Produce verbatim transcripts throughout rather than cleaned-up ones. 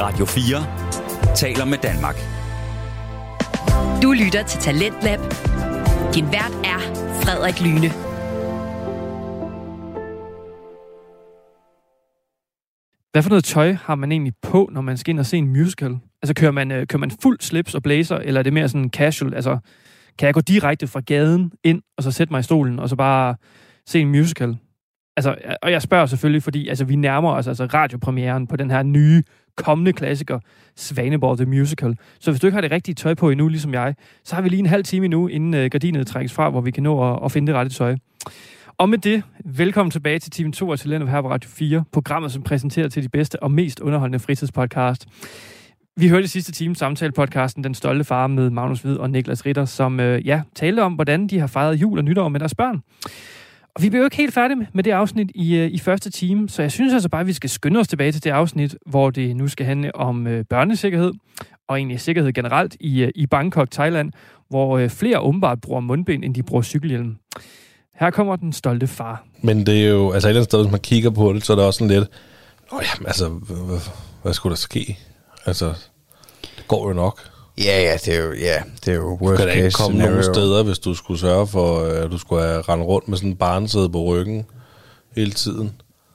Radio fire taler med Danmark. Du lytter til Talentlab. Din vært er Frederik Lyne. Hvad for noget tøj har man egentlig på, når man skal ind og se en musical? Altså, kører man, øh, kører man fuld slips og blazer, eller er det mere sådan casual? Altså, kan jeg gå direkte fra gaden ind, og så sætte mig i stolen, og så bare se en musical? Altså, og jeg spørger selvfølgelig, fordi altså, vi nærmer os altså radiopremieren på den her nye, kommende klassiker, Svaneborg The Musical. Så hvis du ikke har det rigtige tøj på endnu, ligesom jeg, så har vi lige en halv time endnu, inden øh, gardinet trækkes fra, hvor vi kan nå at, at finde det rette tøj. Og med det, velkommen tilbage til time to af Talentlab her på Radio fire, programmet, som præsenterer til de bedste og mest underholdende fritidspodcast. Vi hørte i sidste time samtale-podcasten Den Stolte Far med Magnus Hvid og Niklas Ritter, som øh, ja, talte om, hvordan de har fejret jul og nytår med deres børn. Og vi blev jo ikke helt færdige med det afsnit i, øh, i første time, så jeg synes altså bare, at vi skal skynde os tilbage til det afsnit, hvor det nu skal handle om øh, børnesikkerhed, og egentlig sikkerhed generelt i, øh, i Bangkok, Thailand, hvor øh, flere åbenbart bruger mundbind, end de bruger cykelhjelm. Her kommer Den Stolte Far. Men det er jo, altså et eller andet sted, hvis man kigger på det, så er det også sådan lidt, åh jamen, altså, hvad, hvad skulle der ske? Altså, det går jo nok. Ja, ja, det er jo, ja, det er jo worst case scenario. Du kan da ikke komme nogen steder, hvis du skulle sørge for, at du skulle have rendt rundt med sådan en barnesæde på ryggen hele tiden.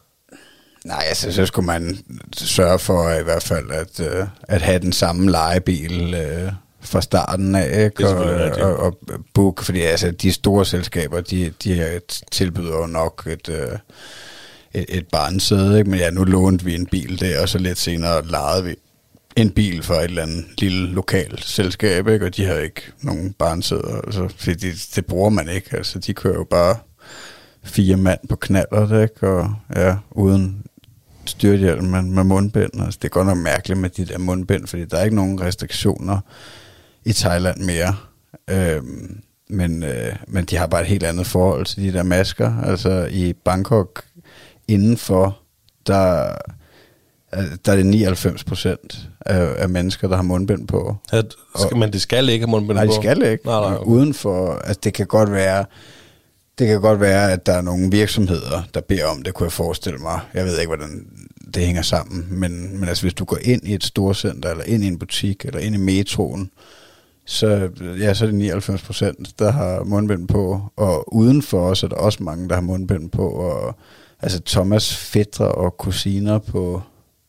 Nej, altså, så skulle man sørge for i hvert fald, at, uh, at have den samme lejebil uh, fra starten af, ikke? Og, og, og book, fordi altså, de store selskaber, de, de tilbyder jo nok et, uh, et, et barnesæde, ikke? Men ja, nu lånte vi en bil der, og så lidt senere lejede vi en bil fra et eller andet lille lokalt selskab, ikke? Og de har ikke nogen barnsæder, altså, fordi det, det bruger man ikke, altså de kører jo bare fire mand på knallert, ikke? Og ja, uden styrthjelm, men med mundbind, altså det er godt nok mærkeligt med de der mundbind, fordi der er ikke nogen restriktioner i Thailand mere, øhm, men, øh, men de har bare et helt andet forhold til de der masker, altså i Bangkok indenfor, der der er det nioghalvfems procent af, af mennesker, der har mundbind på. At, skal, men det skal ikke have mundbind nej, på? Nej, det skal ikke. Nej, nej, okay. Udenfor, altså det kan godt være, det kan godt være, at der er nogle virksomheder, der beder om det, kunne jeg forestille mig. Jeg ved ikke, hvordan det hænger sammen, men, men altså hvis du går ind i et storcenter, eller ind i en butik, eller ind i metroen, så, ja, så er det nioghalvfems procent, der har mundbind på, og udenfor så er der også mange, der har mundbind på, og altså Thomas' fætre og kusiner på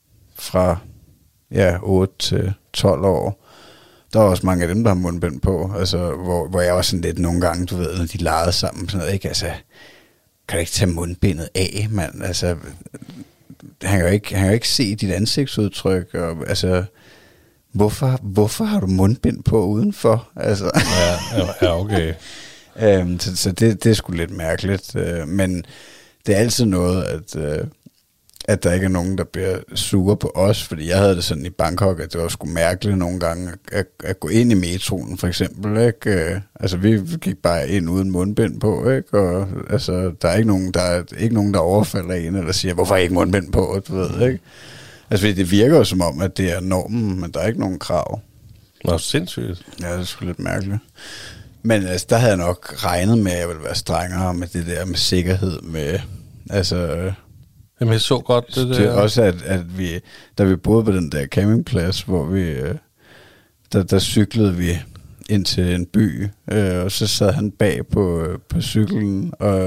fra ja, otte til tolv år. Der er også mange af dem, der har mundbind på, altså, hvor, hvor jeg også sådan lidt nogle gange, du ved, når de legede sammen, sådan noget, ikke? Altså, kan du ikke tage mundbindet af, mand? Altså, han kan jo ikke, han kan jo ikke se dit ansigtsudtryk, og altså, hvorfor, hvorfor har du mundbind på udenfor? Altså. Ja, ja, okay. øhm, så så det, det er sgu lidt mærkeligt, øh, men det er altid noget, at øh, at der ikke er nogen, der bliver sure på os, fordi jeg havde det sådan i Bangkok, at det var sgu mærkeligt nogle gange at, at gå ind i metroen, for eksempel, ikke? Altså, vi gik bare ind uden mundbind på, ikke? Og altså, der er ikke nogen, der, er ikke nogen, der overfalder en, eller siger, hvorfor ikke mundbind på, du ved, ikke? Altså, det virker jo som om, at det er normen, men der er ikke nogen krav. Nå, sindssygt. Ja, det er sgu lidt mærkeligt. Men altså, der havde jeg nok regnet med, at jeg ville være strengere med det der med sikkerhed, med, altså. Jamen, jeg så godt det der. Det er også, at, at vi, da vi boede på den der campingplads, hvor vi, der, der cyklede vi ind til en by, øh, og så sad han bag på, på cyklen, og,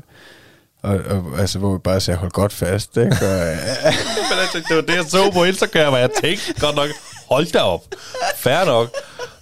og, og altså, hvor vi bare sagde, hold godt fast, ikke? Og, men altså, det var det, jeg så på Instagram, og jeg tænkte godt nok, hold da op, fair nok.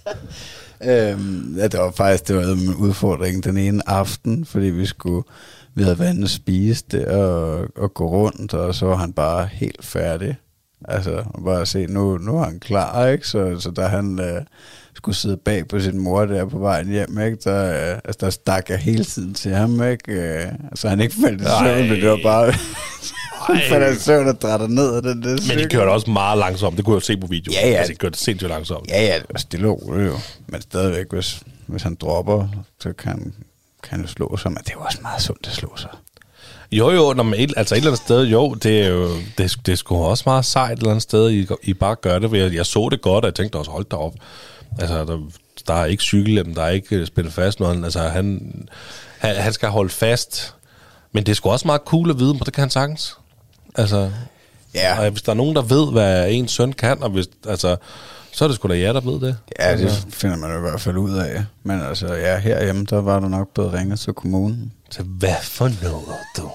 øhm, ja, det var faktisk, det var en udfordring den ene aften, fordi vi skulle, vi havde været inde og spise det, og, og gå rundt, og så var han bare helt færdig. Altså, bare at se, nu, nu er han klar, ikke? Så, så da han øh, skulle sidde bag på sin mor der på vejen hjem, ikke? Der, øh, altså, der stak jeg hele tiden til ham, ikke? Øh, så han ikke faldt i søvn, men det var bare han faldt i søvn og drætter ned af den der cykel. Men de kørte også meget langsomt, det kunne jeg jo se på video. Ja, ja. Altså, de kørte sindssygt langsomt. Ja, ja, det var stille og roligt jo. Men stadigvæk, hvis, hvis han dropper, så kan, kan han slå sig, men det er jo også meget sundt at slå sig. Jo, jo, når man et, altså et eller andet sted, jo, det er jo, det, det er sgu også meget sejt et eller andet sted, I, I bare gør det, jeg, jeg så det godt, og jeg tænkte også, hold da op, altså, der, der er ikke cykelhjelm, der er ikke spillet fast noget, altså, han, han, han skal holde fast, men det er sgu også meget cool at vide, men det kan han sagtens, altså. Ja. Og hvis der er nogen, der ved, hvad ens søn kan, og hvis, altså, så er det sgu da jer, der ved det. Ja, det finder man jo i hvert fald ud af. Men altså, ja, herhjemme, der var der nok blevet ringet til kommunen. Så hvad for noget, du?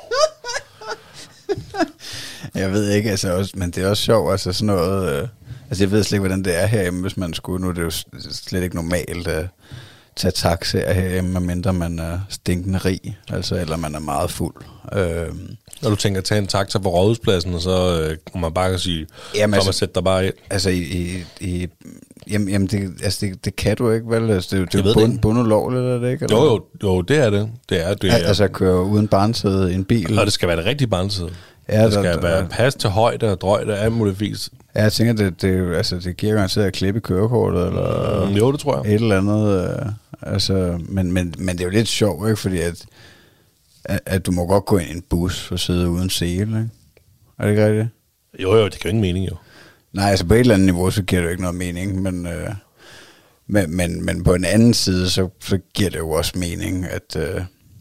Jeg ved ikke, altså også, men det er også sjovt, altså sådan noget... Øh, altså, jeg ved slet ikke, hvordan det er herhjemme, hvis man skulle... Nu er det jo slet ikke normalt at tage taxaer herhjemme, medmindre man er stinkende rig, altså, eller man er meget fuld. Øh, Når du tænker at tage en taxa på Rådhuspladsen, og så øh, kan man bare sige, jamen, kom altså, og sæt dig bare ind. Altså, i, i, i, jamen, jamen det, altså det, det kan du ikke, vel? Altså, det, det Jeg er ved jo det bund, ikke. bundulovligt, er det ikke? Eller? Jo, jo, jo, det er det. Det er det. Er. Altså, at køre uden barnsæde i en bil. Og det skal være det rigtige barnsæde. Ja, det skal der, være der, pas til højde og drøjde af muligt vis. Ja, jeg tænker, det, det, altså, det giver garanteret at klippe kørekortet, eller Mm, jo, det tror jeg. et eller andet. Øh, altså, men, men, men det er jo lidt sjovt, ikke? Fordi at, at, at du må godt gå ind i en bus og sidde uden sele, ikke? Er det ikke rigtigt? Jo, jo, det giver ingen mening, jo. Nej, altså på et eller andet niveau, så giver det jo ikke noget mening, men, øh, men, men, men på en anden side, så, så giver det jo også mening, at, øh,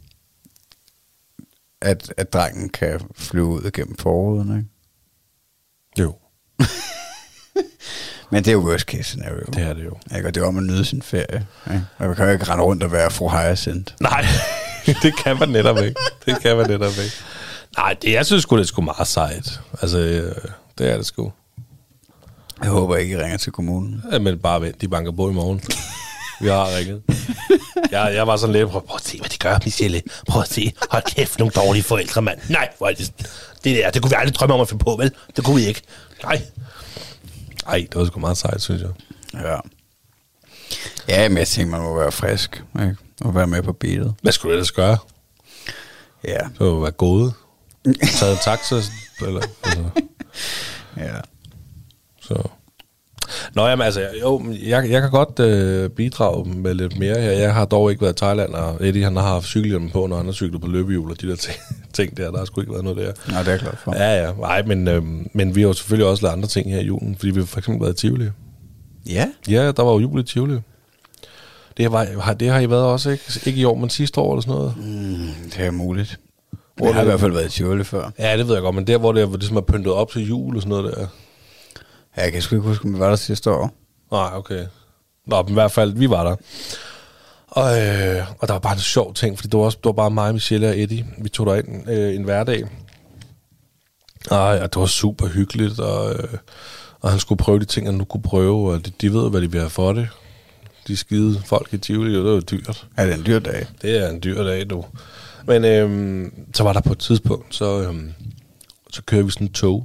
at, at drengen kan flyve ud gennem forruden, ikke? Jo. Men det er jo worst case scenario. Det er det jo. Ikke? Og det er om at nyde sin ferie. Ikke? Og man kan jo ikke rende rundt og være fru Hyacinth. Nej, det kan man netop ikke. Det kan man netop ikke. Nej, det, jeg synes sgu, det er sgu meget sejt. Altså, øh, det er det sgu. Jeg håber ikke, I ringer til kommunen. Ja, men bare vent, de banker på i morgen. Vi har ringet. Jeg, jeg var sådan lidt, prøv, prøv at se, hvad de gør, Michelle. Prøv at se, hold kæft, nogle dårlige forældre, mand. Nej, hvor er det, det der, det kunne vi aldrig drømme om at finde på, vel? Det kunne vi ikke. Nej. Ej, det var sgu meget sejt, synes jeg. Ja. Ja, men jeg tænker, man må være frisk, ikke? Og være med på beatet. Hvad skulle du ellers gøre? Ja. Så var være gået. Taget en taxa, eller... Altså. Ja. Så... Nå, jamen altså, jo, jeg, jeg kan godt øh, bidrage med lidt mere her. Jeg har dog ikke været i Thailand, og Eddie, han har haft cykelhjelmen på, når han har cyklet på løbehjul, og de der ting, ting der, der har sgu ikke været noget der. Nå, det er jeg glad for. Ja, ja, nej, men, øh, men vi har jo selvfølgelig også lavet andre ting her i julen, fordi vi har for eksempel været i Tivoli. Ja? Ja, der var jo jul i Tivoli. Det, var, det har I været også, ikke? Ikke i år, men sidste år eller sådan noget. Mm, det er muligt. Hvor Jeg har det- i hvert fald været i Tivoli før. Ja, det ved jeg godt, men der, hvor det, hvor det ligesom er pyntet op til jul og sådan noget der. Ja, jeg kan sgu ikke huske, om vi var der sidste år. Nej, okay. Nå, men i hvert fald, vi var der. Og, øh, og der var bare en sjov ting, fordi det var, også, det var bare mig, Michelle og Eddie. Vi tog derind øh, en hverdag. Og, og det var super hyggeligt, og, øh, og han skulle prøve de ting, han nu kunne prøve, og de, de ved, hvad de vil have for det. De skide folk i Tivoli, det var jo dyrt. Er det en dyr dag? Det er en dyr dag, du. Men øh, så var der på et tidspunkt, så, øh, så kører vi sådan en tog.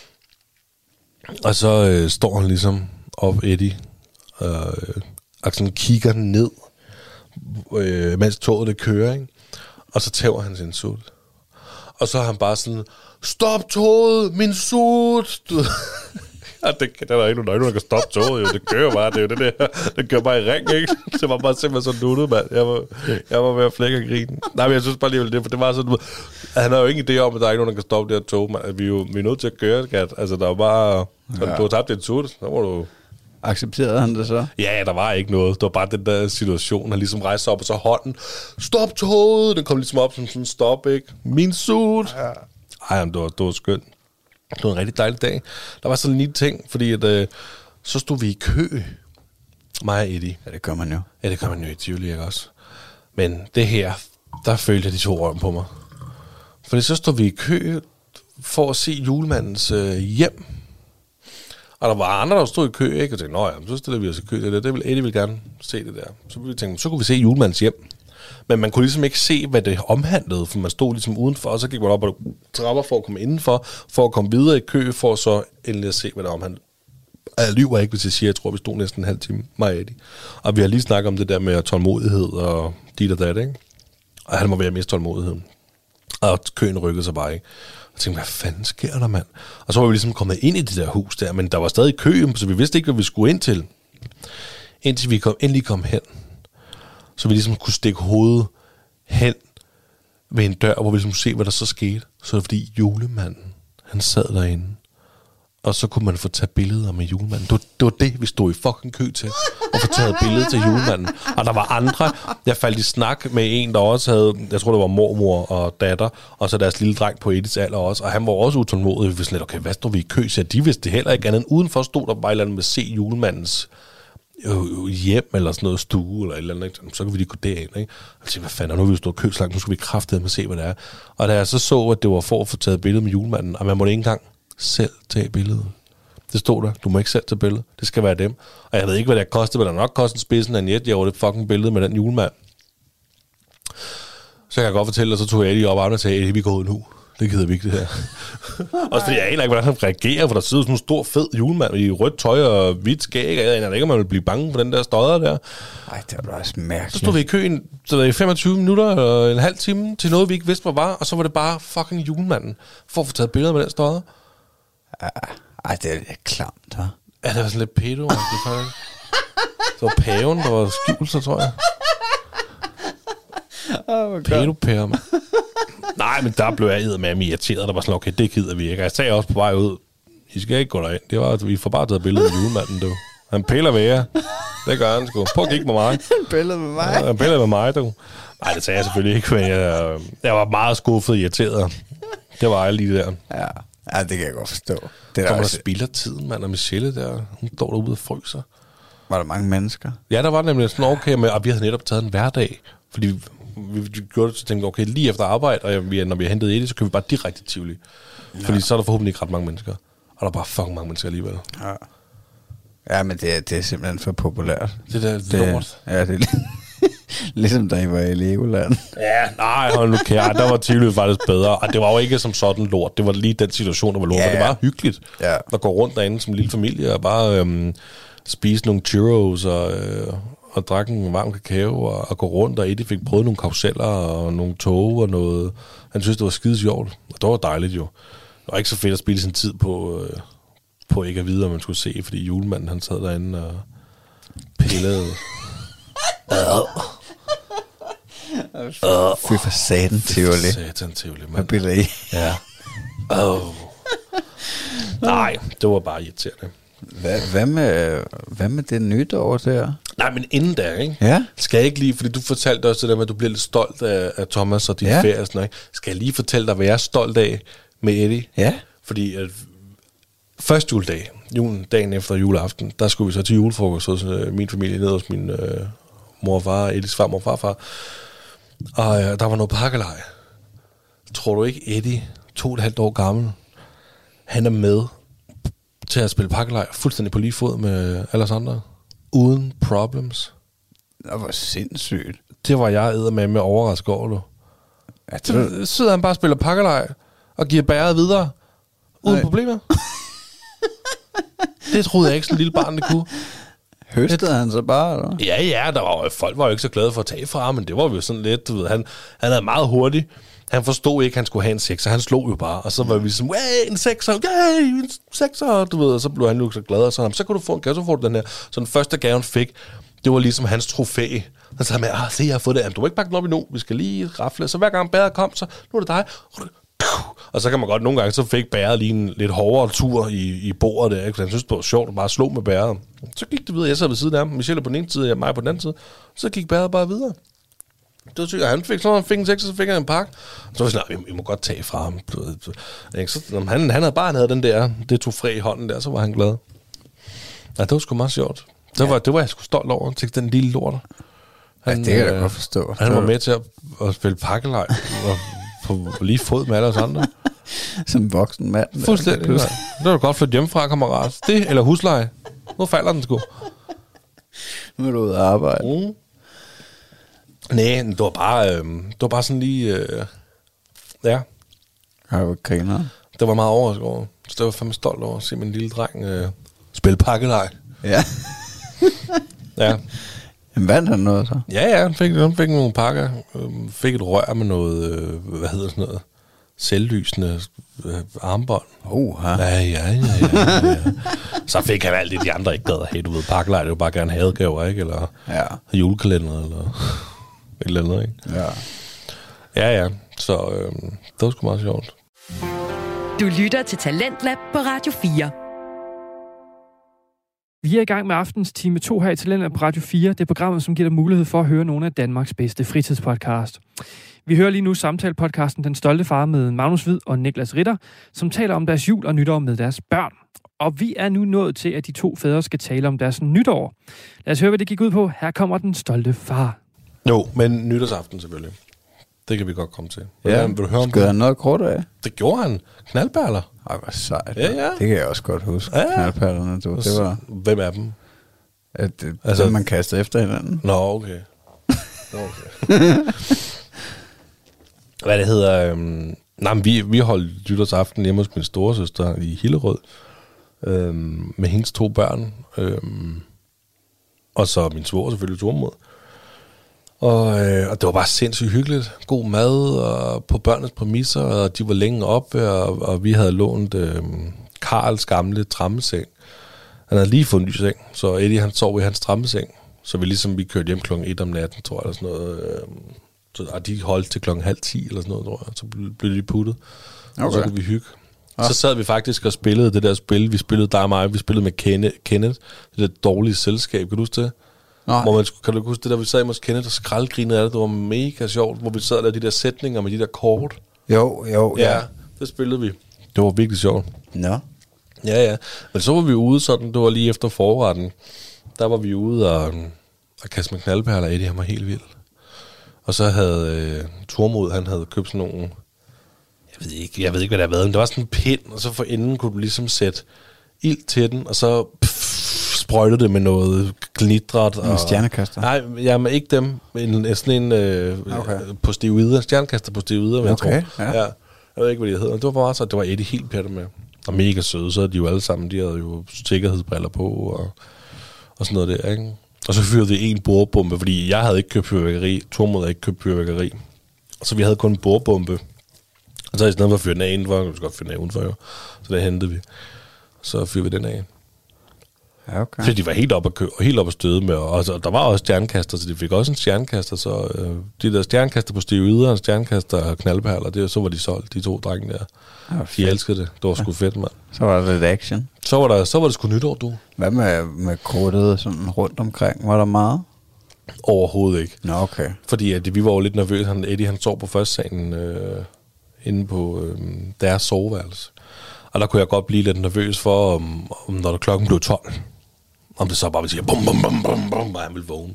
Og så øh, står han ligesom op, Eddie, og, øh, og sådan kigger ned, øh, mens toget det kører, ikke? Og så tæver han sin sut. Og så er han bare sådan, stop toget, min sut! Du ved. Ja, det, det er der ikke nogen, der kan stoppe toget, jo. Det kører bare, det er jo det der. Det kører bare i ring, ikke? Det var bare simpelthen så nuttet, mand. Jeg var, jeg var ved at flække og grine. Nej, men jeg synes bare lige, det, for det var sådan, han har jo ingen idé om, at der er ikke nogen, der kan stoppe det her tog, mand. Vi er jo vi er nødt til at køre, skat. Altså, der var bare, så ja. Du har tabt din sut, så må du... Accepterede han det så? Ja, der var ikke noget. Det var bare den der situation. Han ligesom rejste sig op, og så hånden. Stop toget! Den kom ligesom op som sådan en stop, ikke? Min sut! Ja. Ej, jamen, det var, det var skønt. Det var en rigtig dejlig dag. Der var sådan en lille ting, fordi at, øh, så stod vi i kø. Mig og Eddie. Ja, det gør man jo. Ja, det gør man jo i Tivoli, ikke også? Men det her, der følte jeg de to røven på mig. Fordi så stod vi i kø for at se julemandens øh, hjem. Og der var andre, der stod i kø, ikke? Og tænkte, nå ja, så stiller vi os i kø. Det, der. det ville Eddie ville gerne se det der. Så vi tænkte, så kunne vi se julemandens hjem. Men man kunne ligesom ikke se, hvad det omhandlede, for man stod ligesom udenfor, og så gik man op og trapper for at komme indenfor, for at komme videre i kø, for så endelig at se, hvad det omhandlede. Og jeg lyver ikke, hvis jeg siger, jeg tror, vi stod næsten en halv time, mig og Eddie. Og vi har lige snakket om det der med tålmodighed og dit og dat, ikke? Og han må være mest tålmodigheden. Og køen rykkede sig bare, ikke? Og jeg tænkte, hvad fanden sker der, mand? Og så var vi ligesom kommet ind i det der hus der, men der var stadig kø, så vi vidste ikke, hvad vi skulle ind til. Indtil vi kom, endelig kom hen. Så vi ligesom kunne stikke hovedet hen ved en dør, hvor vi ligesom kunne se, hvad der så skete. Så er det fordi julemanden, han sad derinde. Og så kunne man få taget billeder med julemanden. Det var, det var det, vi stod i fucking kø til. at få taget billede til julemanden. Og der var andre. Jeg faldt i snak med en, der også havde, jeg tror det var mormor og datter, og så deres lille dreng på Ediths alder også. Og han var også utålmodig. Vi var sådan lidt, okay, hvad står vi i kø? Så de vidste det heller ikke andet. Udenfor stod der bare et eller andet med se julemandens hjem eller sådan noget stue eller et eller andet, ikke? Så kan vi lige gå derind, ikke? Og jeg tænkte, hvad fanden, nu har vi jo stået kø så langt, nu skal vi kraftedeme se, hvad det er. Og da jeg så så, at det var for at få taget billede med julemanden, og man måtte ikke engang selv tage billedet. Det stod der, du må ikke selv tage billede, det skal være dem. Og jeg ved ikke, hvad det kostede, men der nok kostede spidsen af en jet, jeg var det fucking billede med den julemand. Så jeg kan godt fortælle, og så tog jeg lige op og andre og sagde, vi går ud nu. Det gider vi ikke, det her. Også fordi jeg aner ikke, hvordan han reagerer, for der sidder sådan en stor, fed julemand i rødt tøj og hvidt skæg, og jeg aner ikke, om man vil blive bange for den der støder der. Ej, det var da også mærkeligt. Så stod vi i køen så i femogtyve minutter eller en halv time til noget, vi ikke vidste, hvad var, og så var det bare fucking julemanden for at få taget billeder med den støder. Ej, det er klamt, hva'? Ja, det var sådan lidt pedo. Det var paven, der var skjult, så tror jeg. Oh, pedo-pære, mand. Nej, men der blev jeg eddermame irriteret. Der var sådan, okay, det gider vi ikke. Jeg sagde også på vej ud, I skal ikke gå derind. Det var, at vi får bare taget billeder med julemanden, du. Han piller ved jer. Det gør han sgu. Prøv at kigge på mig. Han piller med mig? Ja, han piller med mig, du. Nej, det sagde jeg selvfølgelig ikke, men jeg, jeg var meget skuffet og irriteret. Det var jeg lige der. Ja, ja det kan jeg godt forstå. Det der der også... spilder tiden, mand, og Michelle der, hun står derude og fryser. Var der mange mennesker? Ja, der var nemlig sådan okay med, og vi havde netop taget en hverdag, fordi vi, vi gjorde det, så tænkte okay, lige efter arbejde, og vi, når vi har hentet Eddie, så kan vi bare direkte til Tivoli. Ja. Fordi så er der forhåbentlig ikke ret mange mennesker. Og der er bare fucking mange mennesker alligevel. Ja, ja men det er, det er simpelthen for populært. Det der det, lort. Ja, det er ligesom da I var i Legoland. Ja, nej, hold nu kære, der var Tivoli faktisk bedre. Og det var jo ikke som sådan lort. Det var lige den situation, der var lort. Ja, ja. Det var hyggeligt. Ja. Der går rundt derinde som en lille familie og bare øhm, spise nogle churros og... Øh, og drak en varm kakao, og, og gå rundt, og Eddie fik prøvet nogle karuseller, og nogle tog, og noget. Han synes, det var skide sjovt, og det var dejligt jo. Det var ikke så fedt at spille sin tid på, øh, på ikke at vide, om man skulle se, fordi julemanden, han sad derinde og pillede. Fy for satan, Tivoli. Fy for satan, Tivoli, mand. Hvad billeder I? Ja. Oh. Nej, det var bare irriterende. Hvad, hvad, med, hvad med det nytår der? Nej, men inden der, ikke? Ja. Skal jeg ikke lige, fordi du fortalte også det der med, at du bliver lidt stolt af, af Thomas og din ja. ferie og sådan noget. Skal jeg lige fortælle dig, hvad jeg er stolt af med Eddie? Ja. Fordi at første juledag, julen, dagen efter juleaften, der skulle vi så til julefrokost hos øh, min familie, nede hos min øh, mor og far, Eddies farmor og farfar. Og øh, der var noget pakkelej. Tror du ikke, Eddie, to og et halvt år gammel, han er med til at spille pakkelej fuldstændig på lige fod med alle os andre? Uden problems. Det var sindssygt. Det var jeg eddermame med overrasket over, du. Ja, så sidder han bare og spiller pakkelej og giver bæret videre. Uden Ej. problemer. Det troede jeg ikke, sådan en lille barn det kunne. Høstede han så bare, eller? Ja, ja, der var, folk var jo ikke så glade for at tage fra ham, men det var jo sådan lidt, du ved, han, han havde meget hurtigt. Han forstod ikke, at han skulle have en sekser. Han slog jo bare, og så var vi sådan, hey, en sekser, yay, en sekser, du ved, og så blev han jo så glad, og så, så kan du få en gave, så får du den her. Så den første gave, han fik, det var ligesom hans trofæ. Han sagde med, ah, se, jeg har fået det. Du må ikke pakke den op endnu, vi skal lige rafle. Så hver gang bæret kom, så nu er det dig. Og så kan man godt, nogle gange, så fik bæret lige en lidt hårdere tur i, i bordet der, ikke? For han synes, det var sjovt at bare slå med bæret. Så gik det videre, jeg sad ved siden af ham, Michelle på den ene side, og mig på den anden side. Så gik bæret bare videre. Det var tyk, han fik, så han fik en sekser, så fik han en pakke. Så var jeg sådan, vi må godt tage fra ham. Så, han, han havde bare han havde den der, det tog fræ i hånden der, så var han glad. Ja, det var sgu meget sjovt. Det var, ja. det var jeg sgu stolt over, til den lille lort. Han, ja, det kan jeg øh, godt forstå. Han var med til at, at spille pakkelej og på lige fod med alle os andre. Som voksen mand. Fuldstændig. Det var godt flytte hjemmefra, kammerat. Det eller husleje. Nu falder den sgu. Nu er du ude at arbejde. Mm. Nej, det var bare, øh, det var bare sådan lige, øh, ja. Har du griner? Det var meget overrasket over. Så det var fandme stolt over at se min lille dreng øh, spille pakkelej. Ja. Ja. Jamen vandt han noget så? Ja, ja, han fik, han fik nogle pakker. Øh, fik et rør med noget, øh, hvad hedder sådan noget, selvlysende øh, armbånd. Oh, ja, ja, ja, ja, ja, ja. Så fik han alt det, de andre ikke gad. Hey, du ved, pakkelej, det var bare gerne hadegaver, ikke? Eller ja. Julekalender, eller et eller andet, ikke? Ja. Ja, ja. Så øh, det var sgu meget sjovt. Du lytter til Talentlab på Radio fire. Vi er i gang med aftens time to her i Talentlab på Radio fire. Det er programmet, som giver dig mulighed for at høre nogle af Danmarks bedste fritidspodcast. Vi hører lige nu samtalepodcasten Den Stolte Far med Magnus Hvid og Niklas Ritter, som taler om deres jul og nytår med deres børn. Og vi er nu nået til, at de to fædre skal tale om deres nytår. Lad os høre, hvad det gik ud på. Her kommer Den Stolte Far. Jo, men nytårsaften selvfølgelig. Det kan vi godt komme til. Ja, vil du høre om skød han noget krudt af? Det gjorde han. Knaldperler. Ej, hvor sejt. Ja, ja. Det kan jeg også godt huske. Ja, ja. Knaldperlerne, du. Det var... Hvem er dem? At det, Altså- dem, man kastede efter hinanden. Nå, okay. Nå, okay. Hvad det hedder... Øhm, nej, men vi, vi holdt nytårsaften hjemme hos min storesøster i Hillerød. Øhm, med hendes to børn. Øhm, og så min svoger selvfølgelig Tormod. Og, øh, og det var bare sindssygt hyggeligt. God mad og på børnenes præmisser, og de var længe oppe, og, og vi havde lånt øh, Karls gamle trammeseng. Han havde lige fået en ny seng, så Eddie han sov i hans trammeseng. Så vi ligesom vi kørte hjem klokken et om natten, tror jeg, eller sådan noget. Øh, så, og de holdt til klokken halv ti eller sådan noget, tror jeg. Så blev, blev de puttet, okay. Og så kunne vi hygge. Ja. Så sad vi faktisk og spillede det der spil. Vi spillede dig og mig, vi spillede med Kenneth, Kenneth det der dårlige selskab, kan du huske det? Nej. Hvor man, kan du huske det der, vi sad hos Kenneth og skraldgrinede af det, det var mega sjovt, hvor vi sad og lavede de der sætninger med de der kort. Jo, jo, ja. Ja, det spillede vi. Det var virkelig sjovt. Nå. Ja, ja. Men så var vi ude sådan, det var lige efter forretten. Der var vi ude og, og kaste med knaldperler. Eddie, han var helt vild. Og så havde øh, Tormod, han havde købt sådan nogle, jeg ved ikke, jeg ved ikke hvad der har været, men det var sådan en pind, og så for enden kunne du ligesom sætte ild til den, og så pff, sprøjtede det med noget glitret. En stjernekaster? Nej, jamen ikke dem, men sådan en øh, okay. på stivider, stjernekaster på stivider, okay, jeg tror. Ja. Ja. Jeg ved ikke, hvad de hedder. Det var bare så, det var Eddie helt pjattet med. Og mega søde, så havde de jo alle sammen, de havde jo sikkerhedsbriller på, og, og sådan noget der, ikke? Og så fyrede vi en bordbombe, fordi jeg havde ikke købt fyrværkeri, Tormod havde ikke købt fyrværkeri. Så vi havde kun en bordbombe. Og så i stedet for at fyre den af indenfor, vi skulle godt fyre den af udenfor, jo. Så det hentede vi. Så fyrede vi den af. Ja, okay. Fordi de var helt oppe at, kø- helt op at støde med, og altså, der var også stjernekaster, så de fik også en stjernekaster, så øh, de der stjernekaster på stive yder, og stjernekaster og knaldperler, det, så var de solgt, de to drenge der. Ja, de elskede det. Det var sgu fedt, mand. Så var der lidt action. Så var, der, så var det sgu nytår, du. Hvad med, med krudtet sådan rundt omkring? Var der meget? Overhovedet ikke. Nå, okay. Fordi at vi var jo lidt nervøse. Han, Eddie, han sov på første salen øh, inde på øh, deres soveværelse. Og der kunne jeg godt blive lidt nervøs for, om, om når der klokken blev tolv, om det så bare ville sige, bum, bum, bum, bum, bum, og han ville vågne.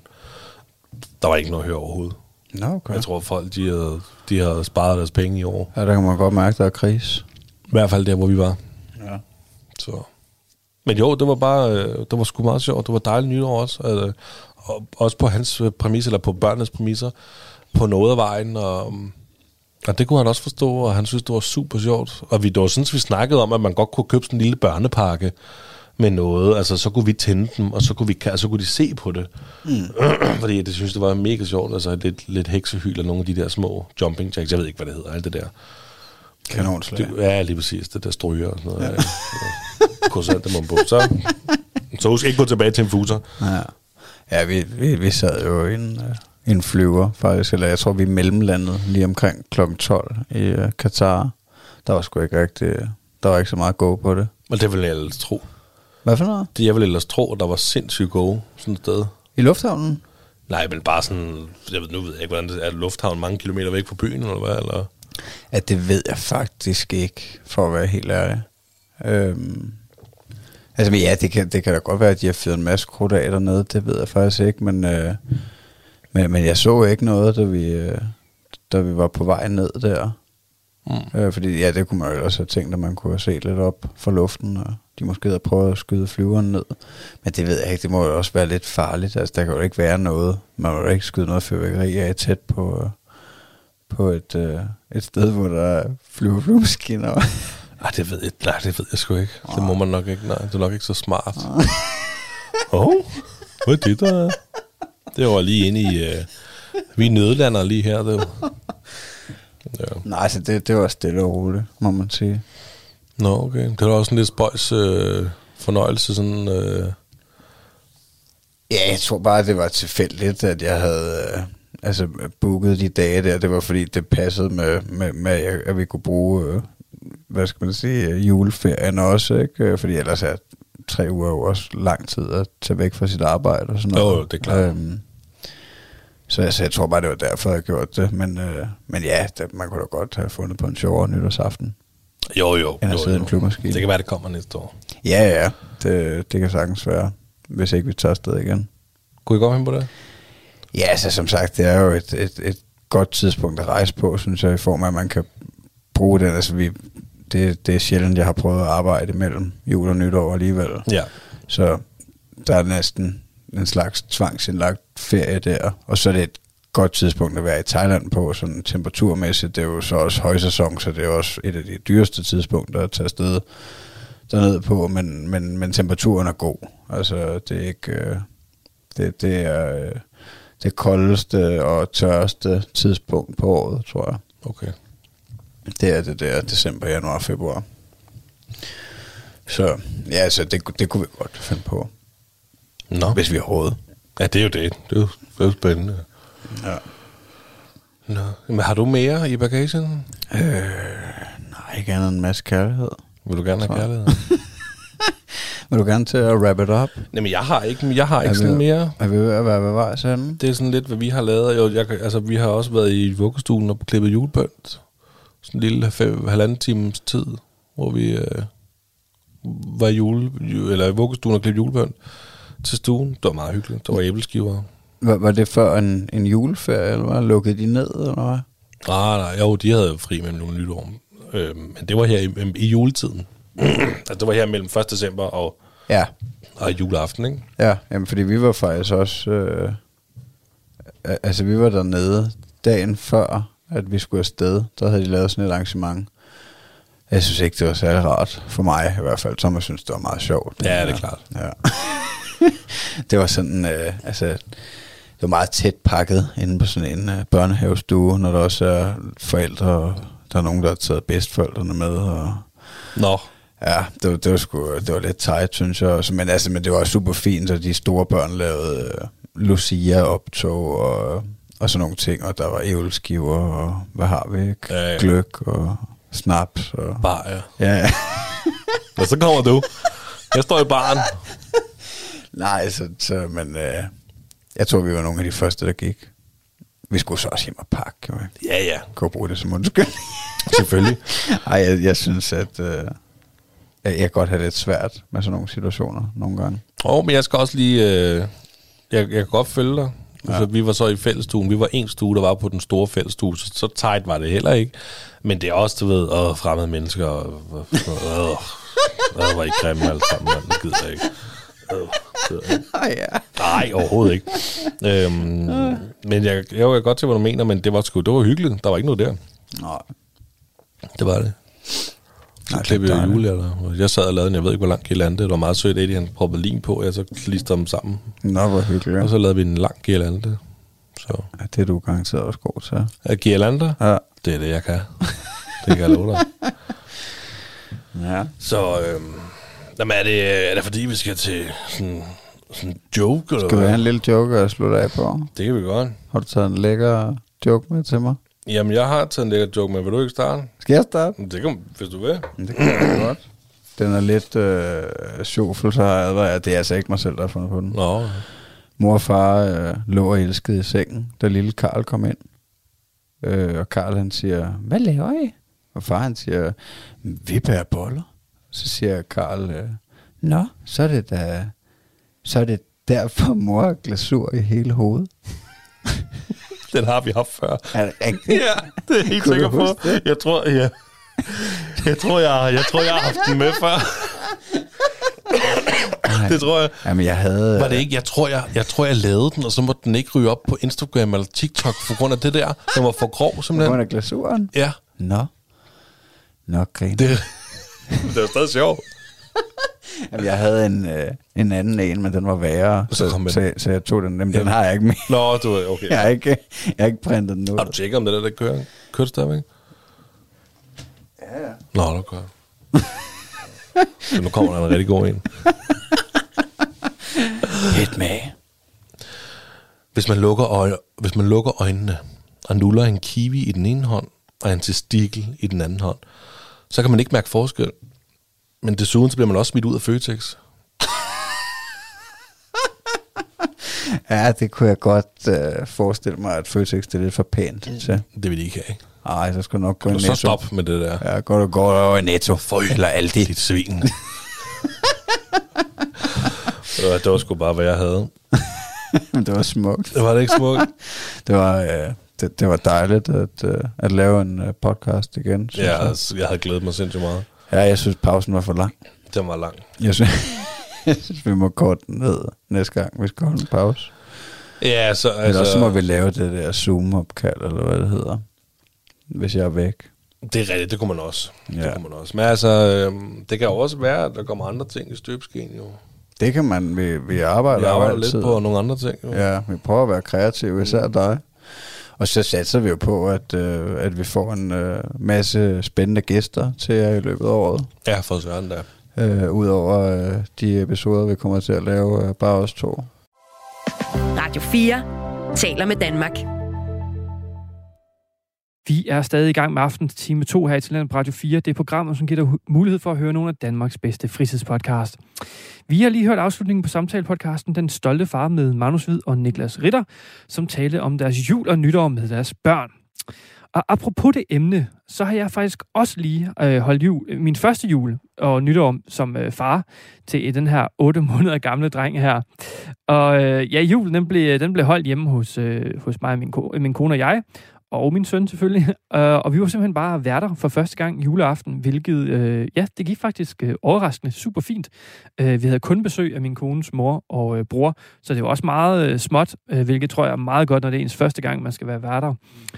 Der var ikke noget at høre overhovedet. Nå, okay. Jeg tror, folk de havde, de havde sparet deres penge i år. Ja, der kan man godt mærke, der er kris. I hvert fald der, hvor vi var. Ja. Så. Men jo, det var bare, det var sgu meget sjovt. Det var dejligt nytår også. Altså, og også på hans præmisser, eller på børnenes præmisser, på noget af vejen. Og, og det kunne han også forstå, og han synes, det var super sjovt. Og vi, det var sådan, vi snakkede om, at man godt kunne købe sådan en lille børnepakke med noget. Altså, så kunne vi tænde dem, og så kunne, vi, så kunne de se på det. Mm. Fordi det synes, det var mega sjovt. Altså, lidt, lidt heksehyl og nogle af de der små jumping jacks. Jeg ved ikke, hvad det hedder, alt det der. Kanonslag. Ja, lige præcis. Det der stryger og sådan noget. Ja. Kursant, det må man på. Så, så husk ikke gå tilbage til en fuser. Ja, ja vi, vi, vi sad jo i en, uh, en flyver, faktisk. Eller jeg tror, vi mellemlandede lige omkring klokken tolv i uh, Katar. Der var sgu ikke rigtig... Der var ikke så meget gå på det. Men det vil jeg ellers tro. Hvad for noget? Det jeg vil ellers tro, at der var sindssygt gode sådan et sted. I lufthavnen? Nej, men bare sådan... Jeg ved, nu ved jeg ikke, hvordan det er. Er lufthavn mange kilometer væk fra byen, eller hvad? Eller? Ja, det ved jeg faktisk ikke, for at være helt ærlig. Øhm, altså, ja, det kan, det kan da godt være, at de har fyret en masse krudt af dernede. Det ved jeg faktisk ikke, men, øh, men, men jeg så ikke noget, da vi, øh, da vi var på vej ned der. Mm. Øh, fordi ja, det kunne man jo også have tænkt, at man kunne have set lidt op for luften, og de måske havde prøvet at skyde flyveren ned. Men det ved jeg ikke, det må jo også være lidt farligt. Altså, der kan jo ikke være noget. Man må jo ikke skyde noget fyrværkeri af tæt på... Øh, på et, øh, et sted, hvor der er flyveflyvemaskiner. Ej, det ved jeg, nej, det ved jeg sgu ikke. Oh. Det må man nok ikke. Nej, det er nok ikke så smart. Åh, oh. Hvad er det der? Det var lige inde i... Uh, vi nødlander lige her. Det. Ja. Nej, altså det, det var stille og roligt, må man sige. Nå, okay. Det var også en lidt spøjs øh, fornøjelse, sådan... Øh. Ja, jeg tror bare, det var tilfældigt, at jeg havde... Øh, altså booket de dage der, det var fordi det passede med, med, med at vi kunne bruge, øh, hvad skal man sige, juleferien også, ikke? Fordi ellers er tre uger er jo også lang tid at tage væk fra sit arbejde og sådan noget. Jo, det er klart. Øhm, så altså, jeg tror bare, det var derfor, jeg gjorde det. Men, øh, men ja, det, man kunne da godt have fundet på en sjovere nytårsaften. Jo, jo. End at jo, sidde jo. i en flyvemaskine. Det kan være, det kommer næste år. Ja, ja. Det, det kan sagtens være, hvis ikke vi tager afsted igen. Kunne I godt hen på det? Ja, altså som sagt, det er jo et, et, et godt tidspunkt at rejse på, synes jeg, i form af, at man kan bruge den. Altså, vi, det, det er sjældent, jeg har prøvet at arbejde mellem jul og nytår alligevel. Ja. Så der er næsten en slags tvangsindlagt ferie der. Og så er det et godt tidspunkt at være i Thailand på, sådan temperaturmæssigt. Det er jo så også højsæson, så det er også et af de dyreste tidspunkter at tage afsted dernede på, men, men, men temperaturen er god. Altså, det er ikke... Øh, det, det er øh, det koldeste og tørreste tidspunkt på året, tror jeg. Okay. Det er det der december, januar, februar. Så ja, altså, det, det kunne vi godt finde på. Nå. Hvis vi har råd. Ja, det er jo det. Det er jo, det er jo spændende. Ja. Nå. Men har du mere i bagagen? Øh, nej, ikke andet end en masse kærlighed. Vil du gerne have kærlighed? Vil du gerne til at wrap it up? Jamen, jeg har ikke, jeg har ikke sådan vi, mere. Er vi ved at være ved vej sådan? Det er sådan lidt, hvad vi har lavet. Jo, jeg, altså, vi har også været i vuggestuen og klippet julepynt. Sådan en lille fem, halvanden times tid, hvor vi øh, var i jule, eller i vuggestuen og klippet julepynt til stuen. Det var meget hyggeligt. Der var æbleskiver. Var, var det før en, en juleferie, eller hvad? Lukkede de ned, eller hvad? Nej, nej, jo, de havde fri mellem nogle nytår. Øh, men det var her i, i juletiden. Altså, det var her mellem første december og, ja. og juleaften, ikke? Ja, jamen, fordi vi var faktisk også... Øh, altså, vi var dernede dagen før, at vi skulle afsted. Der havde de lavet sådan et arrangement. Jeg synes ikke, det var særlig rart. For mig i hvert fald. Thomas synes, det var meget sjovt. Ja, det er klart. Ja. Det var sådan... Øh, altså... Det var meget tæt pakket inde på sådan en uh, børnehavestue, når der også er forældre, og der er nogen, der har taget bedsteforældrene med. Og Nå. ja, det var, det var, sgu, det var lidt tight, synes jeg også. Men, altså, men det var super fint, så de store børn lavede uh, Lucia-optog og, og sådan nogle ting. Og der var æbleskiver, og hvad har vi ikke? Ja, ja. Gløgg og snaps. Og Bajer. ja, ja. Og så kommer du. Jeg står i baren. Nej, så, så men... Uh, Jeg tror, vi var nogle af de første, der gik. Vi skulle så også hjem og pakke, jo. Ja, ja. Kunne bruge det som undskyld. Selvfølgelig. Ej, jeg, jeg synes, at øh, jeg kan godt have det svært med sådan nogle situationer nogle gange. Åh, oh, men jeg skal også lige... Øh, jeg, jeg kan godt følge dig. Ja. Altså, vi var så i fællestuen. Vi var en stue, der var på den store fællestue. Så, så tight var det heller ikke. Men det er også, du ved, åh, fremmede mennesker. Og, åh, åh, var I grimme alle sammen, man. Det gider jeg ikke. Oh, ja. Nej, overhovedet ikke. øhm, men jeg, jeg kan godt til, hvad du mener, men det var sgu, det var hyggeligt. Der var ikke noget der. Nej. Det var det. Så klippede jeg juleærter. Jeg sad og lavede en, jeg ved ikke, hvor lang girlande. Det var meget sødt, Eddie, han proppede lim på, og jeg så klistrede dem sammen. Nå, hvor hyggeligt. Og så lavede vi en lang girlande. Så. Ja, det er du garanteret også god til. Ja, girlander? Ja. Det er det, jeg kan. Det kan jeg love dig. Ja. Så, øhm, jamen er det, er det fordi, vi skal til sådan sådan en joke? Eller skal vi have en lille joke at slutte af på? Det kan vi godt. Har du taget en lækker joke med til mig? Jamen, jeg har taget en lækker joke med. Vil du ikke starte? Skal jeg starte? Det kan, hvis du vil. Det kan jeg godt. Den er lidt øh, sjovfuld, så har jeg advaret. Det er altså ikke mig selv, der har fundet på den. Nå. Mor og far øh, lå og elskede i sengen, da lille Karl kom ind. Øh, og Karl han siger, hvad laver I? Og far han siger, vi bærer boller. Så siger Karl, øh, nå, så er det da, så er det derfor mor har glasur i hele hovedet. Den har vi haft før. Er det rigtigt? Ja, det er jeg helt sikker på. Det? Jeg tror, ja. jeg tror, jeg, jeg tror, jeg har haft den med før. Det tror jeg. Jamen, jeg havde... Var det ikke? Jeg tror, jeg, jeg tror, jeg lavede den, og så måtte den ikke ryge op på Instagram eller TikTok på grund af det der. Den var for grov, simpelthen. På grund af glasuren? Ja. Nå. Nå, grin. Det, det var stadig sjovt. Jamen, jeg havde en, øh, en anden en, men den var værre, så, så, så, så jeg tog den. Men den har jeg ikke med. Nå, du er okay. Jeg har ikke, jeg har ikke printet den ud. Har du tjekket, om det der, der kører? Kører det stadigvæk? Ja, ja. Nå, det kører. Så nu kommer der en rigtig god en. Hit med. Hvis man lukker, øje, hvis man lukker øjnene og nuller en kiwi i den ene hånd og en testikel i den anden hånd, så kan man ikke mærke forskel. Men desuden så bliver man også smidt ud af Føtex. Ja, det kunne jeg godt uh, forestille mig, at Føtex det er lidt for pænt til. Det vil de ikke have, ikke? Nej, så skal du nok gå i Netto. Netto. Så stop med det der. Ja, går du går over i Netto. Føj, eller Aldi. Dit svin. Det var sgu bare, hvad jeg havde. Det var smukt. Det var det ikke smukt? det, var, øh, det, det var dejligt at, øh, at lave en øh, podcast igen. Ja, jeg. Altså, jeg havde glædet mig sindssygt meget. Ja, jeg synes, pausen var for lang. Den var lang. Jeg synes, jeg synes vi må korte den ned næste gang, vi skal holde en pause. Ja, så... Altså, altså, eller så må vi lave det der Zoom-opkald, eller hvad det hedder, hvis jeg er væk. Det er rigtigt, det kunne man også. Ja. Det kunne man også. Men altså, øhm, det kan jo også være, at der kommer andre ting i støbeskeen, jo. Det kan man, vi, vi arbejder, vi arbejder jo lidt på nogle andre ting, jo. Ja, vi prøver at være kreative, især dig. Og så satser vi jo på, at, øh, at vi får en øh, masse spændende gæster til jer i løbet af året. Ja, for søren der. Øh, Udover øh, de episoder, vi kommer til at lave, øh, bare os to. Radio fire taler med Danmark. Vi er stadig i gang med aftens time to her i Talent på Radio fire. Det er programmet, som giver dig mulighed for at høre nogle af Danmarks bedste fritidspodcast. Vi har lige hørt afslutningen på samtalepodcasten Den Stolte Far med Magnus Hvid og Niklas Ritter, som talte om deres jul og nytår med deres børn. Og apropos det emne, så har jeg faktisk også lige øh, holdt jul, min første jul og nytår som øh, far til den her otte måneder gamle dreng her. Og øh, ja, julen den blev, den blev holdt hjemme hos, øh, hos mig og min, ko, min kone og jeg, og min søn selvfølgelig. Uh, og vi var simpelthen bare værter for første gang juleaften, hvilket, uh, ja, det gik faktisk uh, overraskende super fint. Uh, vi havde kun besøg af min kones mor og uh, bror, så det var også meget uh, småt, uh, hvilket tror jeg er meget godt, når det er ens første gang, man skal være værter.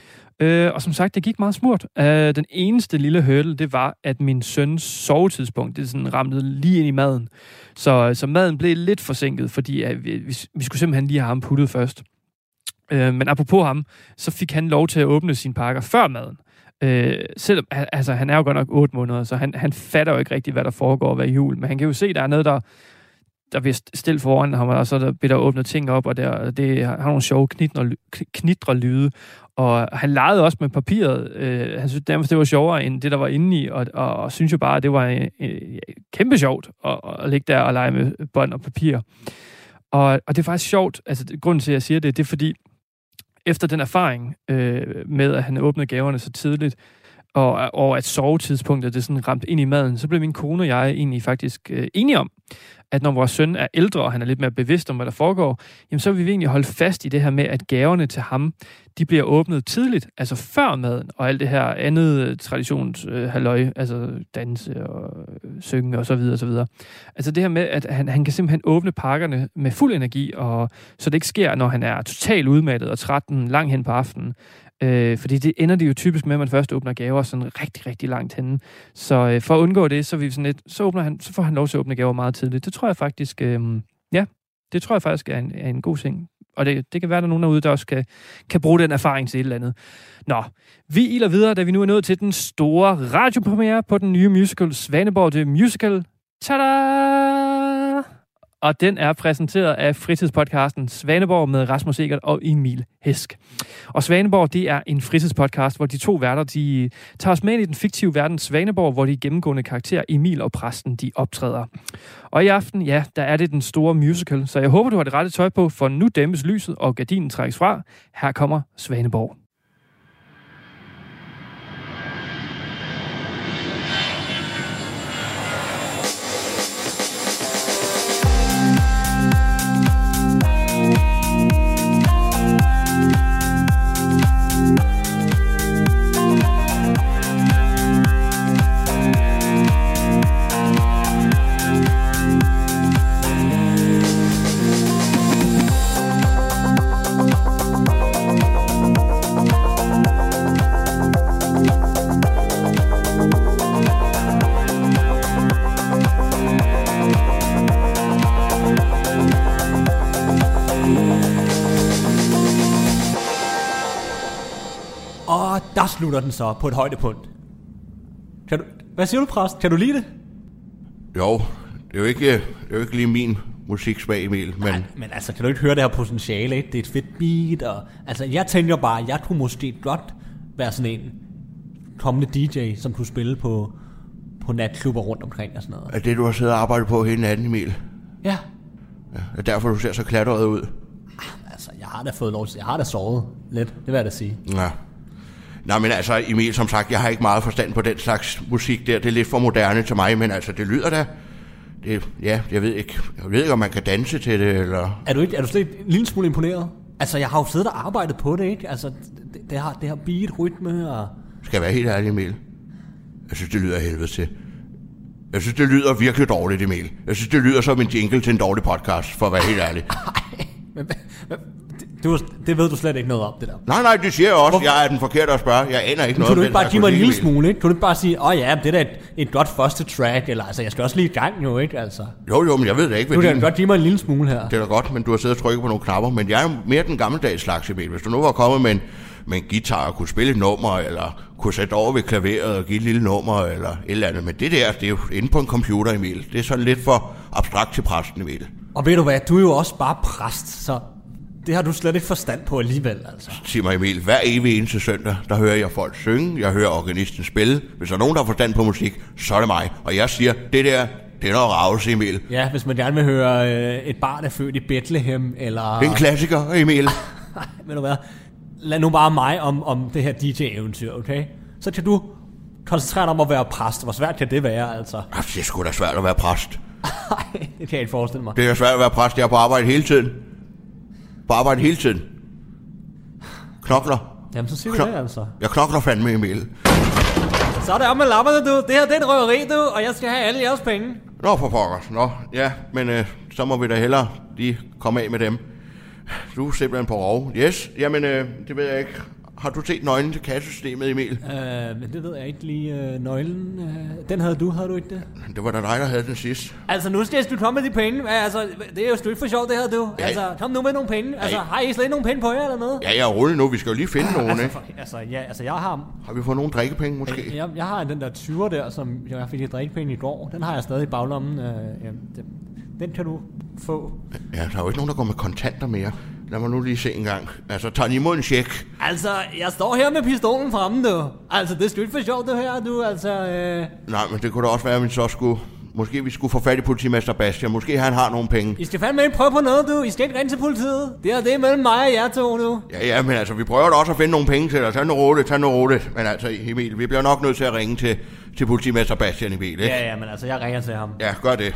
Uh, og som sagt, det gik meget smurt. Uh, den eneste lille hurdle, det var, at min søns sovetidspunkt, det sådan ramlede lige ind i maden. Så, så maden blev lidt forsinket, fordi uh, vi, vi, vi skulle simpelthen lige have ham puttet først. Øh, men apropos ham, så fik han lov til at åbne sine pakker før maden. Øh, selvom, altså han er jo godt nok otte måneder, så han, han fatter jo ikke rigtigt, hvad der foregår hver jul. Men han kan jo se, at der er noget, der, der bliver stille foran ham, og så der bliver der åbnet ting op, og der, det har nogle sjove knitrer, knitrer lyde. Og han legede også med papiret. Øh, han synes nærmest, det var sjovere end det, der var inde i, og, og, og synes jo bare, at det var øh, øh, kæmpe sjovt at, at ligge der og lege med bånd og papir. Og, og det er faktisk sjovt, altså grunden til, at jeg siger det, det er fordi, efter den erfaring øh, med, at han åbnede gaverne så tidligt, og, og at sovetidspunktet det sådan ramt ind i maden, så blev min kone og jeg egentlig faktisk øh, enige om, at når vores søn er ældre, og han er lidt mere bevidst om, hvad der foregår, jamen så vil vi egentlig holde fast i det her med, at gaverne til ham, de bliver åbnet tidligt, altså før maden, og alt det her andet traditionshalløj, øh, altså danse og øh, synge og så videre og så videre. Altså det her med, at han, han kan simpelthen åbne pakkerne med fuld energi, og så det ikke sker, når han er totalt udmattet og træt lang hen på aftenen. Øh, fordi det ender det jo typisk med, at man først åbner gaver sådan rigtig, rigtig langt henne. Så øh, for at undgå det, så, vi sådan lidt, så, åbner han, så får han lov til at åbne gaver meget tidligt. Det tror jeg faktisk, øh, ja, det tror jeg faktisk er en, er en god ting. Og det, det kan være, at der er nogen derude, der også kan, kan bruge den erfaring til et eller andet. Nå, vi iler videre, da vi nu er nået til den store radiopremiere på den nye musical Svaneborg The Musical. Tada! Og den er præsenteret af fritidspodcasten Svaneborg med Rasmus Egert og Emil Hæsk. Og Svaneborg, det er en fritidspodcast, hvor de to værter, de tager os med i den fiktive verden Svaneborg, hvor de gennemgående karakterer Emil og præsten, de optræder. Og i aften, ja, der er det den store musical, så jeg håber, du har det rette tøj på, for nu dæmpes lyset, og gardinen trækkes fra. Her kommer Svaneborg. Der slutter den så på et højdepunkt. Kan du, hvad siger du, præst? Kan du lide det? Jo, det er jo ikke, det er jo ikke lige min musiksmag, Emil, men... Nej, men altså, kan du ikke høre det her potentiale, ikke? Det er et fedt beat, og... Altså, jeg tænker bare, at jeg kunne måske godt være sådan en kommende D J, som kunne spille på, på natklubber rundt omkring og sådan noget. Er det, du har siddet og arbejdet på hele natten, Emil? Ja. Ja, det er derfor, du ser så klatret ud. har da fået lov til, jeg har da sovet lidt, det vil jeg da sige. Ja. Nej, men altså, Emil, som sagt, jeg har ikke meget forstand på den slags musik der. Det er lidt for moderne til mig, men altså, det lyder da... Det, ja, jeg ved ikke, jeg ved ikke, om man kan danse til det, eller... Er du, ikke, er du slet en lille smule imponeret? Altså, jeg har jo siddet og arbejdet på det, ikke? Altså, det, det, har, det har beat, rytme og... Skal jeg være helt ærlig, Emil? Jeg synes, det lyder helvede til. Jeg synes, det lyder virkelig dårligt, Emil. Jeg synes, det lyder som en jingle til en dårlig podcast, for at være helt ærlig. men, men, du, det ved du slet ikke noget om, det der. Nej, nej, det siger jeg også. Hvorfor? Jeg er den forkerte at spørge. Jeg aner ikke noget om det. Kan du ikke bare give mig en lille smule, ikke? Kan du ikke bare sige, åh oh, ja, det er da et, et godt første track, eller altså, jeg skal også lige i gang jo, ikke? Altså. Jo, jo, men jeg ved det ikke. Du kan din... godt give mig en lille smule her. Det er da godt, men du har siddet og trykket på nogle knapper. Men jeg er mere den gammeldags slags, Emil. Hvis du nu var kommet med en, med en guitar og kunne spille et nummer, eller kunne sætte over ved klaveret og give et lille nummer, eller et eller andet. Men det der, det er jo inde på en computer, Emil. Det er sådan lidt for abstrakt til præsten, Emil. Og ved du hvad, du er jo også bare præst, så... Det har du slet ikke forstand på alligevel, altså. Sig mig, Emil, hver evig eneste søndag, der hører jeg folk synge, jeg hører organisten spille. Hvis der er nogen, der har forstand på musik, så er det mig. Og jeg siger, det der, det er noget ravelse, Emil. Ja, hvis man gerne vil høre øh, et barn er født i Bethlehem, eller... Det er en klassiker, Emil. Nej, ved du hvad? Lad nu bare mig om, om det her D J-eventyr, okay? Så kan du koncentrere dig om at være præst. Hvor svært kan det være, altså? Det er sgu da svært at være præst. Nej, det kan jeg ikke forestille mig. Det er svært at være præst, jeg er på arbejde hele tiden. På arbejde hele tiden. Knokler. Jamen, så siger Kno- du det, altså. Jeg knokler fandme, Emil. Så er det om med lapperne, du. Det her, det er et røveri, du. Og jeg skal have alle jeres penge. Nå, for pokkers. Nå, ja, men øh, så må vi da hellere lige komme af med dem. Du er simpelthen på rov. Yes, jamen, øh, det ved jeg ikke. Har du set nøglen til kassesystemet, Emil? Øh, men det ved jeg ikke lige. Øh, nøglen, øh, den havde du, havde du ikke det? Det var da dig, der havde den sidst. Altså, nu skal jeg komme med de penge. Altså, det er jo slet for sjovt, det her, du. Ja. Altså, kom nu med nogle penge. Altså, Ja. har I slet nogle penge på jer eller noget? Ja, jeg er rolig nu. Vi skal jo lige finde nogen, altså, ikke? for, altså, ja, altså, jeg har... Har vi fået nogle drikkepenge, måske? Jeg, jeg har den der tyver der, som jeg fik i drikkepenge i går. Den har jeg stadig i baglommen. Øh, ja, den, den kan du få. Ja, der er jo ikke nogen, der går med kontanter mere. Lad mig nu lige se en gang. Altså, tager I imod en check? Altså, jeg står her med pistolen fremme, du. Altså, det er slet for sjovt, det her, du. Altså, øh... Nej, men det kunne da også være, at vi så skulle... Måske vi skulle få fat i politimester Bastian. Måske han har nogle penge. I skal fandme ikke prøve på noget, du. I skal ikke ringe til politiet. Det er det mellem mig og jer to, du. Ja, ja, men altså, vi prøver da også at finde nogle penge til dig. Tag nu roligt, tag nu roligt. Men altså, Emil, vi bliver nok nødt til at ringe til, til politimester Bastian, Emil, ikke? Ja, ja, men altså, jeg ringer til ham. Ja, gør det.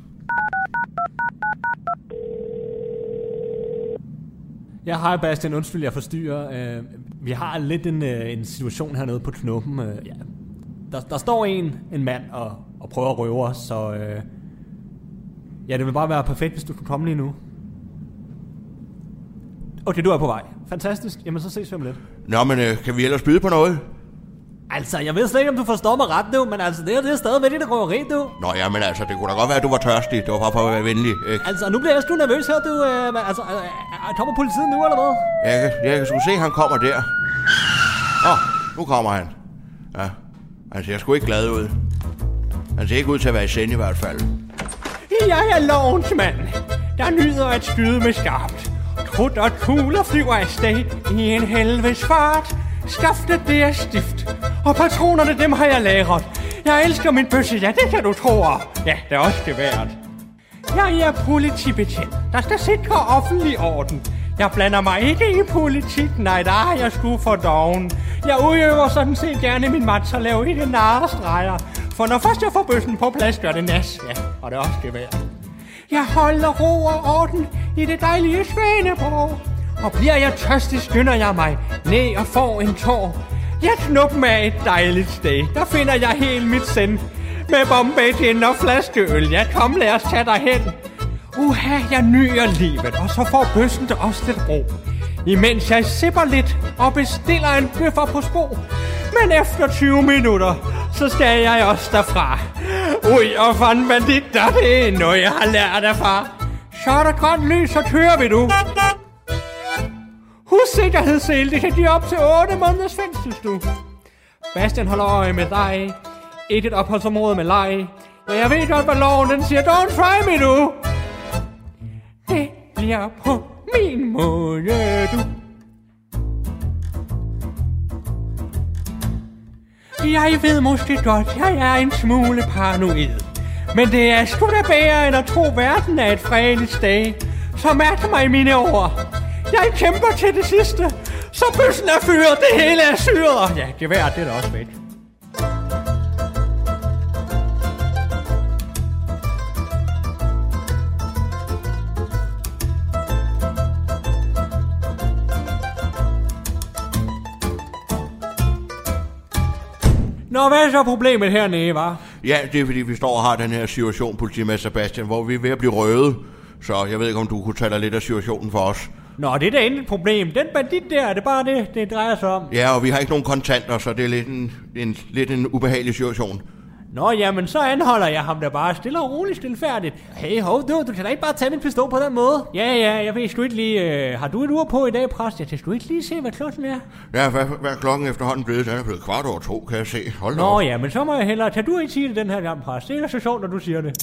Jeg har Bastian, undskyld, jeg forstyrrer. Øh, vi har lidt en, øh, en situation hernede på Knuppen. Øh, ja. der, der står en, en mand og, og prøver at røve os, så... Øh, ja, det vil bare være perfekt, hvis du kunne komme lige nu. Okay, du er på vej. Fantastisk. Jamen, så ses vi om lidt. Nå, men øh, kan vi ellers byde på noget? Altså, jeg ved slet ikke, om du forstår mig ret nu, men altså, det her det er stadig med i det røveri, du. Nå, ja, men altså, det kunne da godt være, at du var tørstig. Det var bare for at være venlig, ikke? Altså, nu bliver jeg sgu nervøs her, du. Øh, men, altså, øh, øh, kommer politiet nu, eller hvad? Jeg kan, jeg kan sgu se, at han kommer der. Nå, nu kommer han. Ja, han ser sgu ikke glad ud. Han ser ikke ud til at være i send i hvert fald. Jeg er lovens mand, der nyder at skyde med skarpt. Krudt og kugler flyver afsted i en helvedes fart. Skaftet det er stift, og patronerne dem har jeg lagret. Jeg elsker min bøsse, ja det kan du tro. Ja, det er også gevært. Jeg er politibetjent, der skal sikre offentlig orden. Jeg blander mig ikke i politik, nej, der er jeg sgu for doven. Jeg udøver sådan set gerne min mat, så laver I det narestreger. For når først jeg får bøssen på plads, gør det nas, ja, og det er også gevært. Jeg holder ro og orden i det dejlige Svaneborg. Og bliver jeg tørstig, skynder jeg mig ned og får en tår. Jeg Knuppen er et dejligt sted, der finder jeg helt mit sind. Med bombay og flaskeøl, ja kom lad os tage dig hen. Uha, jeg nyder livet, og så får bøssen der også lidt ro. Imens jeg sipper lidt og bestiller en bøffer på sprog. Men efter tyve minutter, så skal jeg også derfra. Ui, og fanden banditter, det er noget jeg har lært af far. Så er der grønt lys, så kører vi du. Husk sikkerhedssel, det kan give op til otte måneders fængsel, du. Bastian holder øje med dig. Et et opholdsområde med leg. Ja, jeg ved godt, hvad loven den siger. Don't try me, du. Det bliver på min måde, du. Jeg ved måske godt, jeg er en smule paranoid. Men det er sgu da bedre end at tro, verden er et fredeligt sted. Så mærk mig mine ord. Jeg kæmper til det sidste. Så bøssen er fyret, det hele er syret. Ja, geværet, det er da også væk. Nå, hvad er så problemet hernede, hva'? Ja, det er fordi, vi står og har den her situation, politimester Sebastian, hvor vi er ved at blive røde. Så jeg ved ikke, om du kunne tage dig lidt af situationen for os. Nå, det er da endelig et problem. Den bandit der, det er bare det, det drejer sig om. Ja, og vi har ikke nogen kontanter, så det er lidt en, en, lidt en ubehagelig situation. Nå, jamen, så anholder jeg ham der bare stille og roligt stilfærdigt. Hey, hov, du, du kan da ikke bare tage min pistol på den måde. Ja, ja, jeg ved sgu ikke lige... Øh, har du et ur på i dag, præst? Jeg kan sgu ikke lige se, hvad klokken er. Ja, hvad, hvad er klokken efterhånden blevet? Den er blevet kvart over to, kan jeg se. Hold Nå, op. Ja, men så må jeg hellere... Kan du ikke sige det den her gang, præst? Det er så sjovt, når du siger det.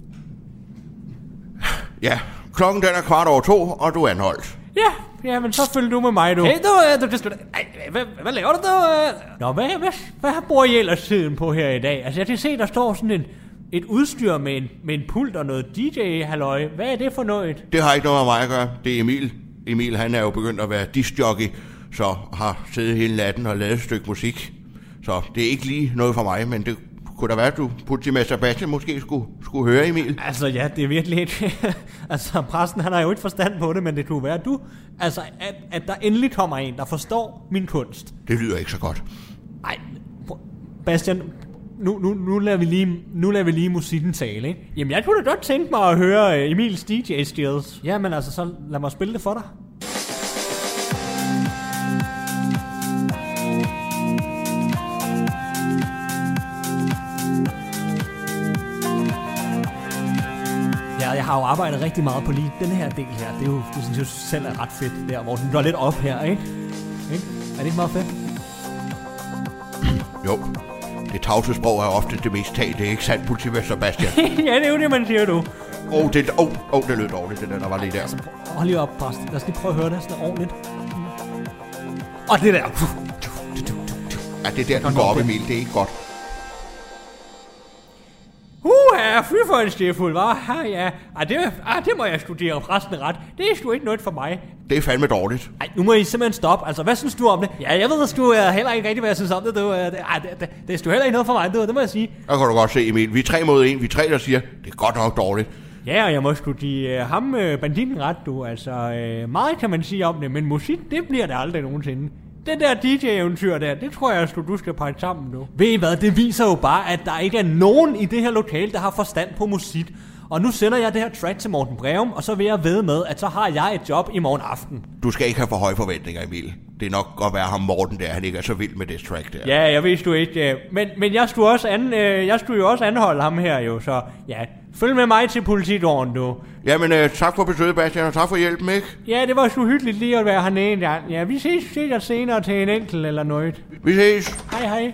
Ja, klokken den er kvart over to, og du er anholdt. Ja, ja, men så følger du med mig, du. Hey, du, du, du, du ej, hvad, hvad laver du, du? Nå, hvad, hvad, hvad bruger I ellers tiden på her i dag? Altså, jeg kan se, der står sådan en, et udstyr med en, med en pult og noget D J-halløj. Hvad er det for noget? Det har ikke noget med mig at gøre. Det er Emil. Emil, han er jo begyndt at være discjockey, så har siddet hele natten og lavet et stykke musik. Så det er ikke lige noget for mig, men det kunne da være, at du, politimester Sebastian, måske skulle, skulle høre Emil. Altså ja, det er virkelig ikke... altså præsten, han har jo ikke forstand på det, men det kunne være, at du... Altså, at, at der endelig kommer en, der forstår min kunst. Det lyder ikke så godt. Ej, Bastian, nu, nu, nu, lader vi lige, nu lader vi lige musikken tale, ikke? Jamen, jeg kunne da godt tænke mig at høre Emils D J-skills. Jamen altså, så lad mig spille det for dig. Jeg har jo arbejdet rigtig meget på lige den her del her. Det er jo, det synes jeg selv er ret fedt der, hvor den går lidt op her, ikke? ikke? Er det ikke meget fedt? Jo. Det tavsesprog er ofte det mest tag. Det er ikke sandt, politimester Sebastian. Ja, det er jo det, man siger, du. Åh, oh, det, oh, oh, det lød dårligt, det der, der var lige der. Altså, hold lige op, præst. Lad os lige prøve at høre det sådan ordentligt. Og det der. Ja, det er der, den går op, Emil. Det er ikke godt. Uh, ja, fy for en stifuld, hva'? Ha, ja. Ah, det, ah, det må jeg studere præsten ret. Det er sgu ikke noget for mig. Det er fandme dårligt. Ej, nu må I simpelthen stoppe. Altså, hvad synes du om det? Ja, jeg ved sgu heller ikke rigtig, hvad jeg synes om det. Du, det, det, det, det er sgu heller ikke noget for mig, du, det må jeg sige. Der kan du godt se, Emil. Vi er tre mod en. Vi er tre, der siger, det er godt nok dårligt. Ja, og jeg må sgu give uh, ham uh, banditten ret, du. Altså, uh, meget kan man sige om det, men musik, det bliver det aldrig nogensinde. Den der D J-eventyr der, det tror jeg, at du skal pakke sammen nu. Ved I hvad, det viser jo bare, at der ikke er nogen i det her lokale, der har forstand på musik. Og nu sender jeg det her track til Morten Breum, og så vil jeg ved med, at så har jeg et job i morgen aften. Du skal ikke have for høje forventninger, Emil. Det er nok godt være ham Morten der, han ikke er så vild med det track der. Ja, jeg vidste du ikke. Men, men jeg, skulle også an, øh, jeg skulle jo også anholde ham her jo, så ja, følg med mig til politidåren, du. Jamen, øh, tak for besøget, Bastian, og tak for hjælpen, ikke? Ja, det var så hyggeligt lige at være hernede en gang. Ja, vi ses sikkert senere til en enkelt eller noget. Vi ses. Hej, hej.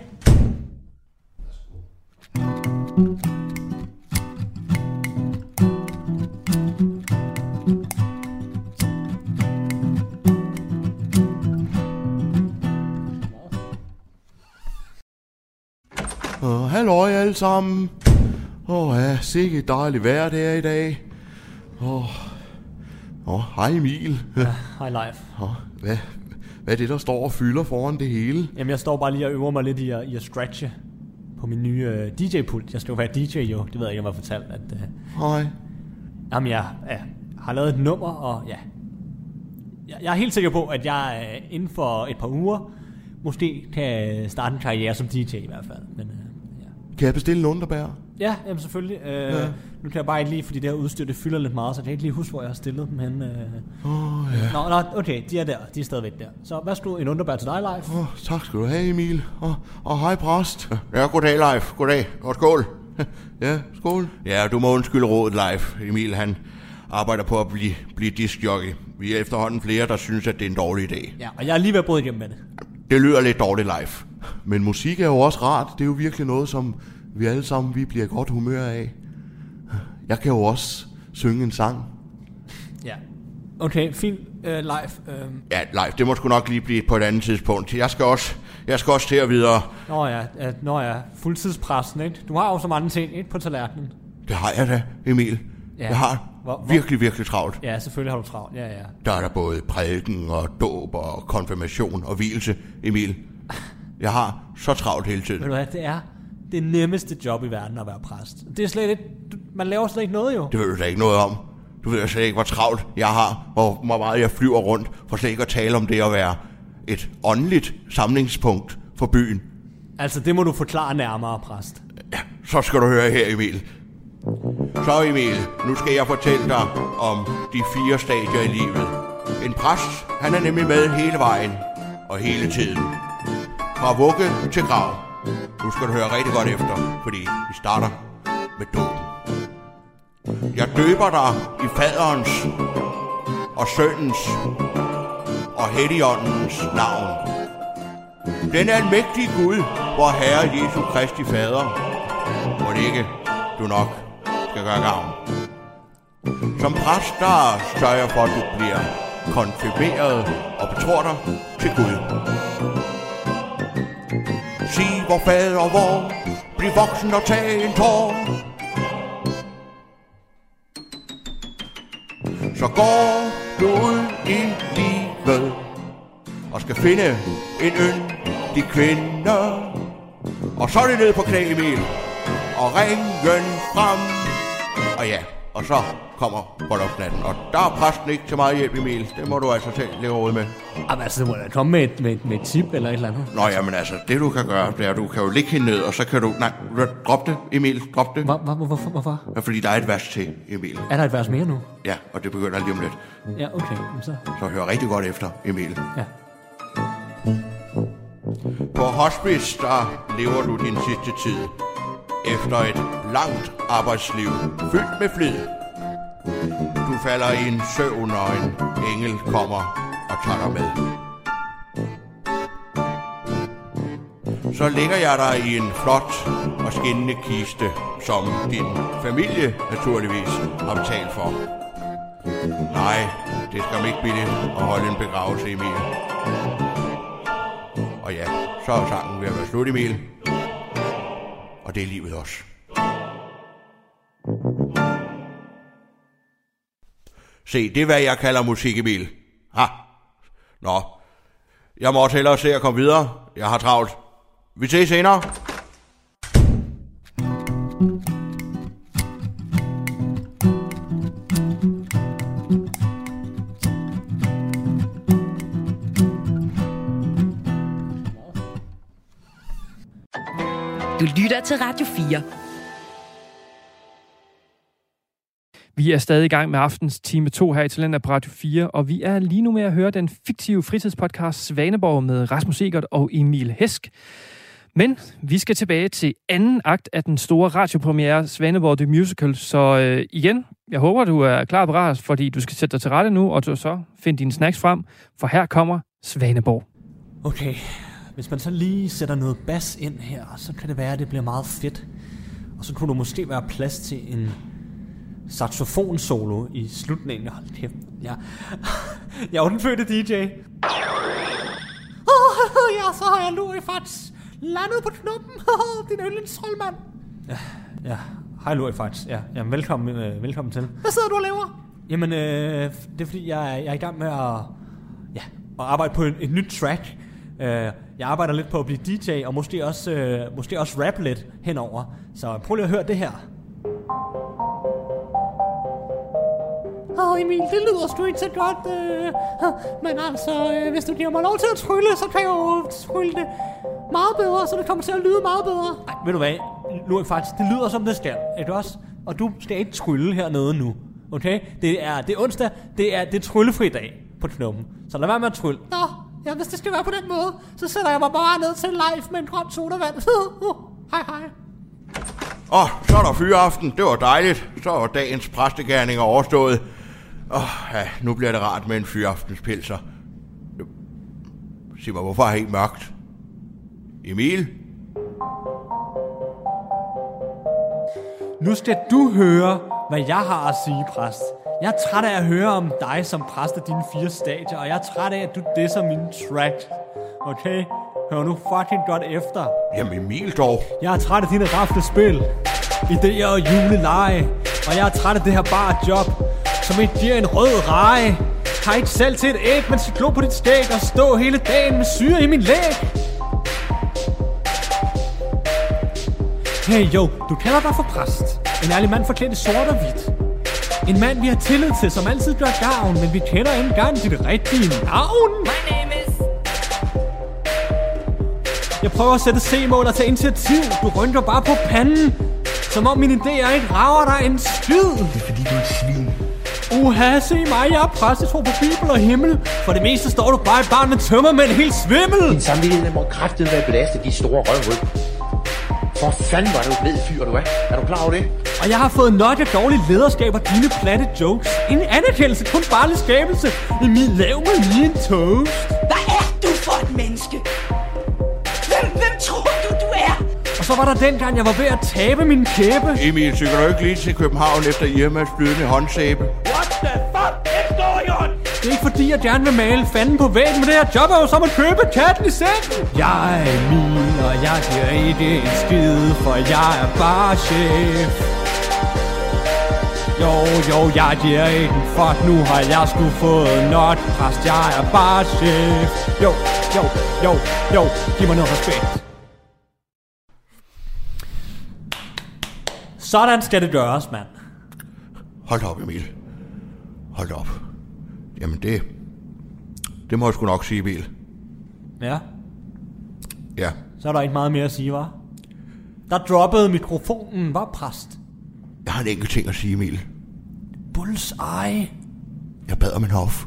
Åh, halløj alle sammen. Åh, oh, ja, sikke dejligt vejr det er i dag. Åh, oh. oh, hej Emil. Ja, hej Leif. Oh, hvad, hvad er det, der står og fylder foran det hele? Jamen, jeg står bare lige og øver mig lidt i at, i at stretche på min nye uh, D J-pult. Jeg skal jo være D J jo, det ved jeg ikke, om jeg har fortalt. At, uh... Hej. Jamen, jeg ja, har lavet et nummer, og ja, jeg, jeg er helt sikker på, at jeg uh, inden for et par uger måske kan starte en karriere som D J i hvert fald. Men, uh, ja. Kan jeg bestille en underbær? Ja, jamen selvfølgelig. Uh, ja. Nu kan jeg bare ikke lige, fordi det her udstyr, det fylder lidt meget, så jeg kan ikke lige huske, hvor jeg har stillet dem hen. Åh, uh... oh, ja. Nå, nå, okay, de er der. De er stadigvæk der. Så værsgo, en underbær til dig, Leif. Åh, oh, tak skal du have, Emil. Og, og hej, præst. Ja, goddag, Leif. Goddag. Og skål. Ja, skål. Ja, du må undskylde rådet, Leif. Emil, han arbejder på at blive, blive diskjockey. Vi er efterhånden flere, der synes, at det er en dårlig idé. Ja, og jeg er lige ved at bryde igennem med det. Det lyder lidt dårligt, Leif. Men musik er jo også rart. Det er jo virkelig noget, som vi alle sammen vi bliver godt humør af. Jeg kan jo også synge en sang. Ja. Okay, fint, uh, Leif. Uh... Ja, Leif, det må sgu nok lige blive på et andet tidspunkt. Jeg skal også, jeg skal også til at videre. Nå ja, uh, nå ja, fuldtidspræsten, ikke? Du har jo så mange ting, ikke, på tallerkenen. Det har jeg da, Emil. Ja. Jeg har hvor, hvor? virkelig, virkelig travlt. Ja, selvfølgelig har du travlt. Ja, ja. Der er der både prædiken og dåb og konfirmation og vielse, Emil. Jeg har så travlt hele tiden. Ved du hvad, det er det nemmeste job i verden at være præst. Det er slet ikke, man laver slet ikke noget jo. Det ved du da ikke noget om. Du ved slet ikke, hvor travlt jeg har, hvor, hvor meget jeg flyver rundt, for slet ikke at tale om det at være et åndeligt samlingspunkt for byen. Altså, det må du forklare nærmere, præst. Ja, så skal du høre her, Emil. Så Emil, nu skal jeg fortælle dig om de fire stadier i livet. En præst, han er nemlig med hele vejen og hele tiden. Fra vugge til grav. Nu skal du høre rigtig godt efter, fordi vi starter med dåben. Jeg døber dig i faderens og sønnens og helligåndens navn. Den almægtige Gud, vor Herre Jesu Kristi Fader, må det ikke du nok skal gøre gavn. Som præst, der sørger jeg for, at du bliver konfirmeret og betror dig til Gud. Sig vor fader vor, bliv voksen og tag en tår. Så går du ud i livet og skal finde en yndig kvinde. Og så er det ned på knæ, Emil, og ringen frem. Og ja, og så kommer bryllupsnatten. Og der er præsten ikke til meget hjælp, Emil. Det må du altså selv lægge råd med. Jamen altså, du må da komme med et, med, med et tip eller et eller andet. Nå, jamen altså, det du kan gøre, det er, du kan jo ligge hende ned, og så kan du... Nej, drop det, Emil, drop det. Hvor, hvorfor? Hvorfor? Ja, fordi der er et vers til, Emil. Er der et vers mere nu? Ja, og det begynder lige om lidt. Ja, okay. Så, så hør rigtig godt efter, Emil. Ja. På hospice, der lever du din sidste tid. Efter et langt arbejdsliv, fyldt med flid. Du falder i en søvn, og en engel kommer og tager dig med. Så lægger jeg dig i en flot og skinnende kiste, som din familie naturligvis har betalt for. Nej, det skal ikke billigt at holde en begravelse, Emil. Og ja, så er sangen ved at være slut, Emil. Og det er livet også. Se, det er hvad jeg kalder musik, Emil. Ha! Nå, jeg må også hellere se at komme videre. Jeg har travlt. Vi ses senere. Du lytter til Radio fire. Vi er stadig i gang med aftens time to her i Talent på Radio fire, og vi er lige nu med at høre den fiktive fritidspodcast Svaneborg med Rasmus Egert og Emil Hæsk. Men vi skal tilbage til anden akt af den store radiopremiere Svaneborg The Musical, så øh, igen, jeg håber, du er klar og parat, fordi du skal sætte dig til rette nu, og du så find dine snacks frem, for her kommer Svaneborg. Okay, hvis man så lige sætter noget bas ind her, så kan det være, at det bliver meget fedt. Og så kunne der måske være plads til en saxofonsolo i slutningen. Hold kæft, ja. Jeg er jo den fødte D J. Oh, ja, så har jeg Lurifax landet på knuppen. Din yndlingstroldmand. Ja, ja. Hej Lurifax. Ja, jamen, velkommen, øh, velkommen til. Hvad sidder du og laver? Jamen, øh, det er fordi, jeg, jeg er i gang med at, ja, at arbejde på et, et nyt track. Uh, jeg arbejder lidt på at blive D J, og måske også, uh, måske også rap lidt henover. Så prøv lige at høre det her. Åh oh, Emil, det lyder sgu ikke så godt. Uh, men altså, uh, hvis du giver mig lov til at trylle, så kan jeg jo trylle det meget bedre, så det kommer til at lyde meget bedre. Ej, ved du hvad? Nu faktisk, det lyder som det skal, ikke også? Og du skal ikke trylle hernede nu, okay? Det er, det er onsdag, det er, det er tryllefri dag på knuppen. Så lad være med at trylle. Nå, ja, hvis det skal være på den måde, så sætter jeg mig bare ned til live med en grøn sodavand. Hej, hej. Åh, oh, så er der fyreaften. Det var dejligt. Så var dagens præstegærning overstået. Åh, oh, ja, nu bliver det rart med en fyreaftenspilser. Sig mig, hvorfor er det helt mørkt? Emil? Nu skal du høre, hvad jeg har at sige, præst. Jeg er træt af at høre om dig som præst af dine fire stadier, og jeg er træt af, at du disser mine tracks. Okay? Hør nu fucking godt efter. Jamen Emil dog. Jeg er træt af dine rafle spil, idéer og juleleje. Og jeg er træt af det her bare job, som ikke giver en rød reje. Har ikke selv til et æg, men skal glo på dit skæg og stå hele dagen med syre i min læg. Hey jo, du kalder dig for præst. En ærlig mand forklædt i sort og hvidt. En mand vi har tillid til, som altid gør gavn, men vi kender ikke engang dit rigtige navn. My name is... Jeg prøver at sætte C-mål og tage initiativ. Du rynker bare på panden, som om mine idéer ikke rager dig en skid. Det er fordi du er et svin. Uha, se mig, jeg er præst, jeg tror på Bibel og himmel. For det meste står du bare et barn med tømmermænd helt svimmel. Din samvittighed må kraftigt være belastet, de store røvhul. For fanden var du et blid fyr, du er. Er du klar over det? Og jeg har fået nok af dårligt lederskab og dine platte jokes. En anerkendelse, kun barnlig skabelse. I min lav mig lige en toast. Hvad er du for et menneske? Hvem, hvem tror du, du er? Og så var der dengang, jeg var ved at tabe min kæbe. Emil, cykler du ikke lige til København efter Irmas blødende håndsæbe? What the fuck? Historien! Det er ikke fordi, jeg gerne vil male fanden på væggen, men det her job er jo som at købe katten i sengen. Jeg er Emil, og jeg giver ikke en skid, for jeg er bare chef. Jo, jo, jeg giver ikke en fuck, nu har jeg sgu fået not præst, jeg er bare chef. Jo, jo, jo, jo, giv mig noget respekt. Sådan skal det gøres, mand. Hold da op, Emil. Hold da op. Jamen det... Det må jeg sgu nok sige, Emil. Ja, Ja. så er der ikke meget mere at sige, hva'? Der droppede mikrofonen, var præst. Jeg har en enkelt ting at sige, Emil. Bullseye. Jeg bad om en hof.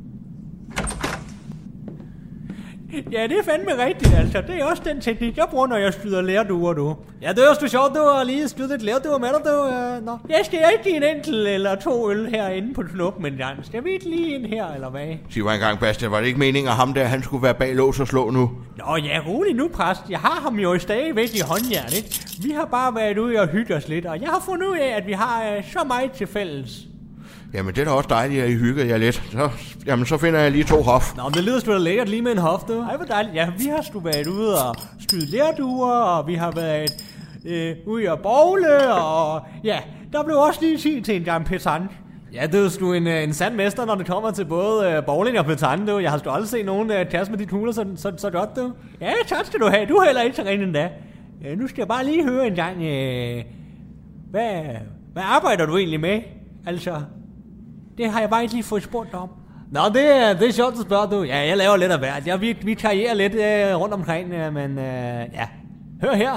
Ja, det er fandme rigtigt, altså. Det er også den teknik, jeg bruger, når jeg skyder lærduer, du. Ja, det er også sjovt, du har lige skydet et lærduer med dig, du. Uh, nå. Jeg skal ikke give en enkelt eller to øl herinde på knuppen en gang. Skal vi ikke lige ind her, eller hvad? Sig mig engang, Bastian, var det ikke meningen, at ham der, han skulle være bag lås og slå nu? Nå ja, rolig nu, præst. Jeg har ham jo stadigvæk i håndjern, ikke? Vi har bare været ude og hygge os lidt, og jeg har fundet ud af, at vi har uh, så meget til fælles. Jamen, det er da også dejligt, at I hygger jer lidt. Så, jamen, så finder jeg lige to hof. Nå, men det lyder sgu da lækkert lige med en hof, du. Ej, hvor dejligt. Ja, vi har sgu været ude og skyde lærduer, og vi har været øh, ude og bowle, og ja, der blev også lige tid til en gang petanque. Ja, det er sgu en, en sand mester, når det kommer til både øh, bowling og petanque, du. Jeg har sgu aldrig set nogen øh, kaste med de kugler så, så, så godt, du. Ja, tak skal du have. Du er heller ikke så rent endda. Ja, nu skal jeg bare lige høre en gang, øh, hvad, hvad arbejder du egentlig med? Altså... Det har jeg bare ikke lige fået spurgt om. Nå, det er, det er sjovt at spørge, du. Ja, jeg laver lidt af hvert. Jeg, vi, vi karrierer lidt øh, rundt omkring, øh, men øh, ja. Hør her.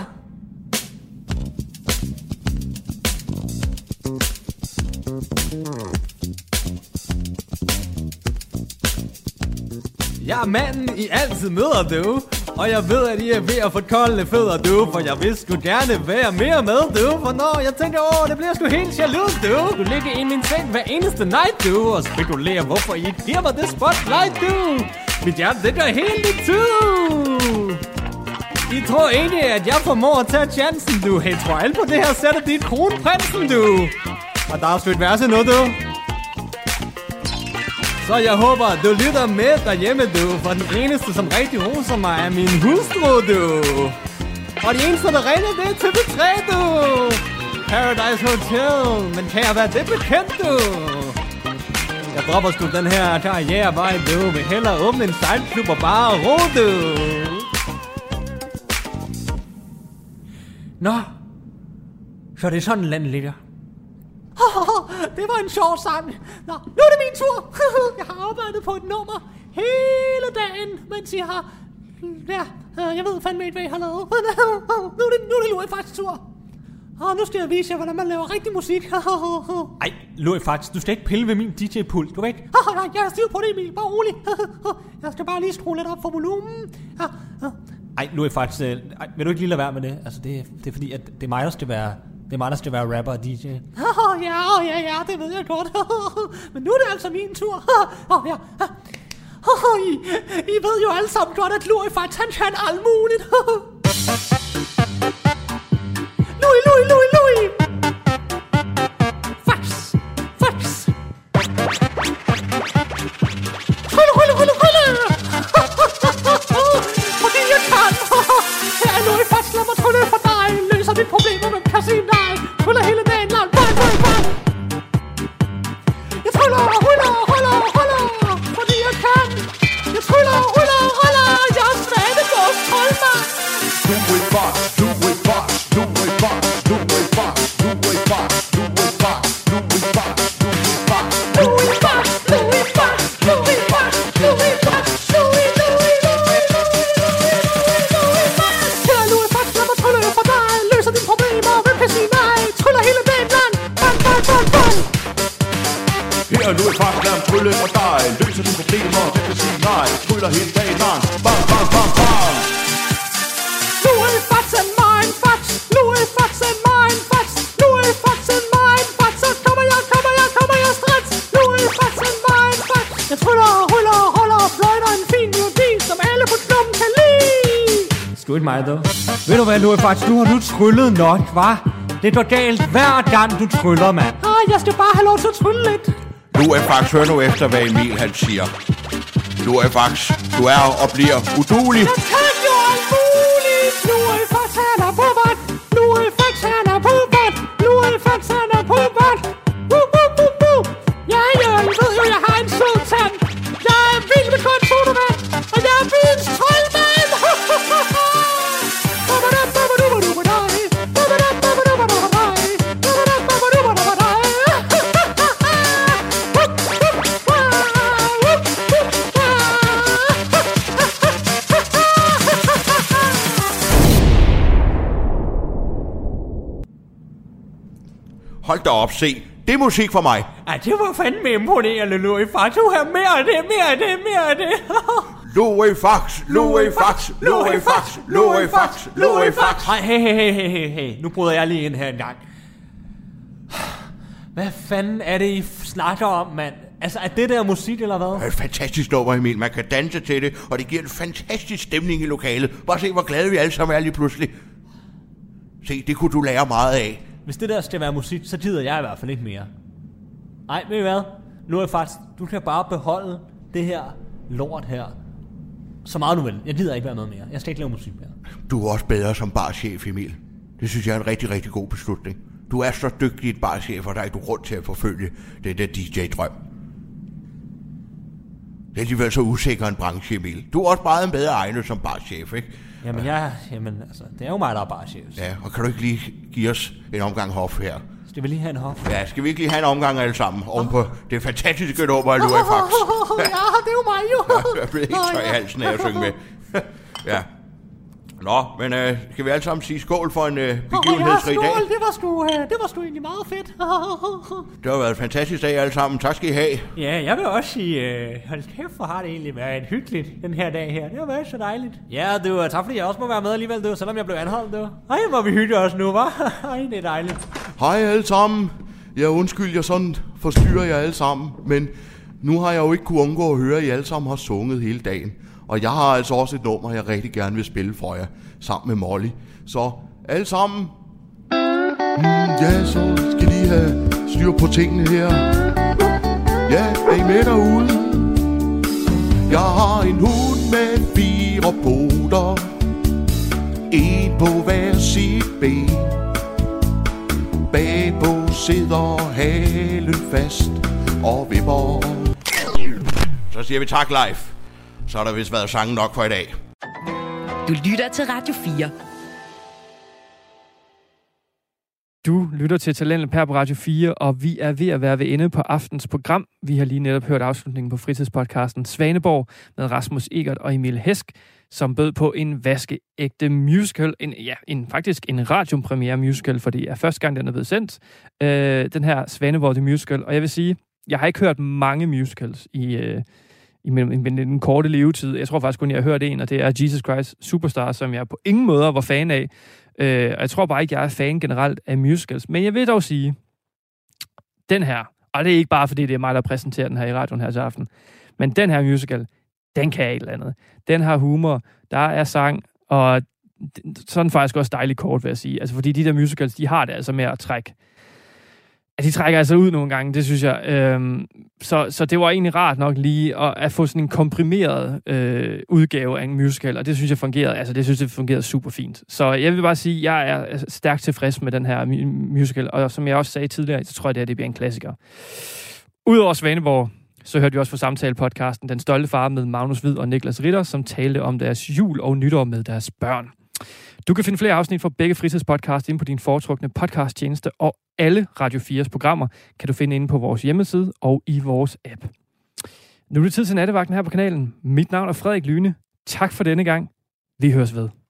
Jeg er manden, I altid møder, du. Og jeg ved, at I er ved at få kolde fødder, du. For jeg vil sgu gerne være mere med, du. For når jeg tænker, åh, det bliver sgu helt jaloux, du. Du ligger i min seng hver eneste night, du. Og spekulerer, hvorfor I ikke giver mig det spotlight, du. Mit hjerte, det gør helt i tur. I tror ikke, at jeg formår at tage chancen, du. Hey, tror alt på det her sætter dit kronprinsen, du. Og der er sgu et værse nu, du. Så jeg håber, du lytter med derhjemme, du. For den eneste, som rigtig roser mig, er min hustru, du. Og de eneste, der ringer, det er T V tre, du. Paradise Hotel. Men kan jeg være det bekendt, du? Jeg dropper sgu den her karrierevej, du. Vil hellere åbne en sejlklub og bare ro, du. Nå. Så det er sådan, landet ligger. Det var en sjov sang. Nå, nu er det min tur. Jeg har arbejdet på et nummer hele dagen, mens jeg har... Ja, jeg ved fandme ikke, hvad jeg har lavet. Nu er det, nu er det Lurifax tur. Og nu skal jeg vise jer, hvordan man laver rigtig musik. Ej, Lurifax, du skal ikke pille ved min D J-pult, du ved ikke? Nej, jeg har styr på det, Emil. Bare rolig. Jeg skal bare lige skrue lidt op for volumen. Ej, Lurifax, vil du ikke lige lade være med det? Altså, det, det er fordi, at det er mig, der skal være... Det er mig, der skal være rapper og D J. Oh, ja, oh, ja, ja, det ved jeg godt. Men nu er det altså min tur. Oh, ja. Oh, I, I ved jo alle sammen godt, at Lurifax, han kan alt muligt. Louis, Louis, Louis, Louis. Fax, fax. Rulle, rulle, rulle, rulle. Fordi jeg kan. Her er Lurifax, lad mig trylle for dig. Løser dit problemer med kassin dig. Tryller hele dagen lang. Bang, bang, bang. ruller, ruller, ruller, ruller, fordi jeg kan. Jeg tryller, ruller, ruller, jeg er Svanegårds troldmand. Du er boss, du er boss, du er boss, du er boss, du er boss, du er boss, du er boss, du er boss. Louis Fox, Louis Fox, Louis Fox, Louis Fox, Louis, Louis, Louis, Louis, Louis, Louis Fox. Her er Louis Fox, lad mig trylle for dig. Løser dine problemer, hvem kan sige nej? Tryller hele dagen lang, bang, bang, bang, bang. Her er Louis Fox, lad mig trylle for dig. Løser dine problemer, hvem kan sige nej? Tryller hele dagen lang, bang, bang, bang, bang. Louis Fox and mine Fox, Louis Fox and mine Fox, Louis Fox and mine Fox. Så kommer jeg, kommer jeg, kommer jeg straks. Louis Fox and mine Fox. Jeg tryller, ruller, holder og fløjter en fin melodi, som alle på klubben kan lide. Sgu ikke mig, dog. Ved du hvad, Louis Fox, nu har du tryllet nok, hva? Det går galt hver gang, du tryller, mand. Ah, jeg skal bare have lov til at trylle lidt. Louis Fox, hør nu efter, hvad Emil han siger. Louis Fox, du er og bliver uduelig. Jeg kan jo alt muligt. Louis Fox, han er på vand. Louis Fox, han er på vand. Louis Fox, han er på vand. Woo, woo, woo, woo. Ja, ja, I ved jo, jeg har en sød tand. Jeg er vild med kun sodavand. Og jeg er byens troldmand. Hold da op, se. Det er musik for mig. Ej, det var fandme imponerende, Louis Fox. Du har mere af det, mere af det, mere af det. Louis Fox, Louis Fox, Louis Fox, Louis Fox, Louis Fox. Ej, hey, hey, hey, hey, hey. Nu bryder jeg lige ind her en gang. Hvad fanden er det, I snakker om, mand? Altså, er det der musik, eller hvad? Det er et fantastisk nummer, Emil. Man kan danse til det, og det giver en fantastisk stemning i lokalet. Bare se, hvor glade vi alle sammen er lige pludselig. Se, det kunne du lære meget af. Hvis det der skal være musik, så gider jeg i hvert fald ikke mere. Ej, ved I hvad? Nu er jeg faktisk... Du kan bare beholde det her lort her. Så meget du vil. Jeg gider ikke være noget mere. Jeg skal ikke lave musik mere. Du er også bedre som barchef, Emil. Det synes jeg er en rigtig, rigtig god beslutning. Du er så dygtig et barchef, og der er du grund til at forfølge det der D J-drøm. Det er alligevel så usikker en branche, Emil. Du er også meget en bedre egnet som barchef, ikke? Jamen, jeg, jamen altså, det er jo mig, der er barchef. Ja, og kan du ikke lige give os en omgang hof her? Skal vi lige have en hof? Ja, skal vi ikke lige have en omgang alle sammen? Oven på det fantastiske nummer af Louis Fox. Ja, det er jo mig jo. Ja, jeg bliver ikke tør i halsen af at synge med. Ja. Nå, men øh, skal vi alle sammen sige skål for en øh, begivenhedsrig oh, ja, skål. dag? Det var sgu, øh, det var sgu egentlig meget fedt. Det har været en fantastisk dag alle sammen. Tak skal I have. Ja, jeg vil også sige, øh, hold kæft, hvor har det egentlig været hyggeligt den her dag her. Det har været så dejligt. Ja, det var tak, fordi jeg også må være med alligevel, det var, selvom jeg blev anholdt. Det var. Ej, hvor vi hygger os nu, hva'? Ej, det er dejligt. Hej alle sammen. Jeg undskyld, jeg sådan forstyrrer jer alle sammen, men nu har jeg jo ikke kunne undgå at høre, at I alle sammen har sunget hele dagen. Og jeg har altså også et nummer, jeg rigtig gerne vil spille for jer, sammen med Molly. Så alle sammen, mm, ja, så skal I have styr på tingene her. Ja, er I med derude? Jeg har en hund med fire poter, en på hver sit ben. Bagpå sidder halen fast og vipper. Så siger vi tak live. Så har der vist været sangen nok for i dag. Du lytter til Radio fire. Du lytter til Talentlab her på Radio fire, og vi er ved at være ved ende på aftens program. Vi har lige netop hørt afslutningen på fritidspodcasten Svaneborg med Rasmus Egert og Emil Hæsk, som bød på en vaskeægte musical. En, ja, en, faktisk en radiopremiere musical, for det er første gang, den er blevet sendt. Øh, den her Svaneborg The Musical. Og jeg vil sige, jeg har ikke hørt mange musicals i... Øh, i min, den korte levetid. Jeg tror faktisk kun, jeg har hørt en, og det er Jesus Christ Superstar, som jeg på ingen måder var fan af. Øh, og jeg tror bare ikke, jeg er fan generelt af musicals. Men jeg vil dog sige, den her, og det er ikke bare, fordi det er mig, der præsenterer den her i radioen her til aften, men den her musical, den kan et eller andet. Den har humor, der er sang, og sådan faktisk også dejligt kort, vil jeg sige. Altså, fordi de der musicals, de har det altså med at trække. De trækker altså ud nogle gange, det synes jeg. Øhm, så, så det var egentlig rart nok lige at, at få sådan en komprimeret øh, udgave af en musical, og det synes jeg fungerede, altså det synes jeg fungerede super fint. Så jeg vil bare sige, at jeg er stærkt tilfreds med den her musical, og som jeg også sagde tidligere, så tror jeg, det her det bliver en klassiker. Udover Svaneborg, så hørte vi også på samtale-podcasten Den Stolte Far med Magnus Hvid og Niklas Ritter, som talte om deres jul og nytår med deres børn. Du kan finde flere afsnit fra begge fritidspodcast inde på din foretrukne podcasttjeneste, og alle Radio fires programmer kan du finde inde på vores hjemmeside og i vores app. Nu er det tid til nattevagten her på kanalen. Mit navn er Frederik Lyne. Tak for denne gang. Vi høres ved.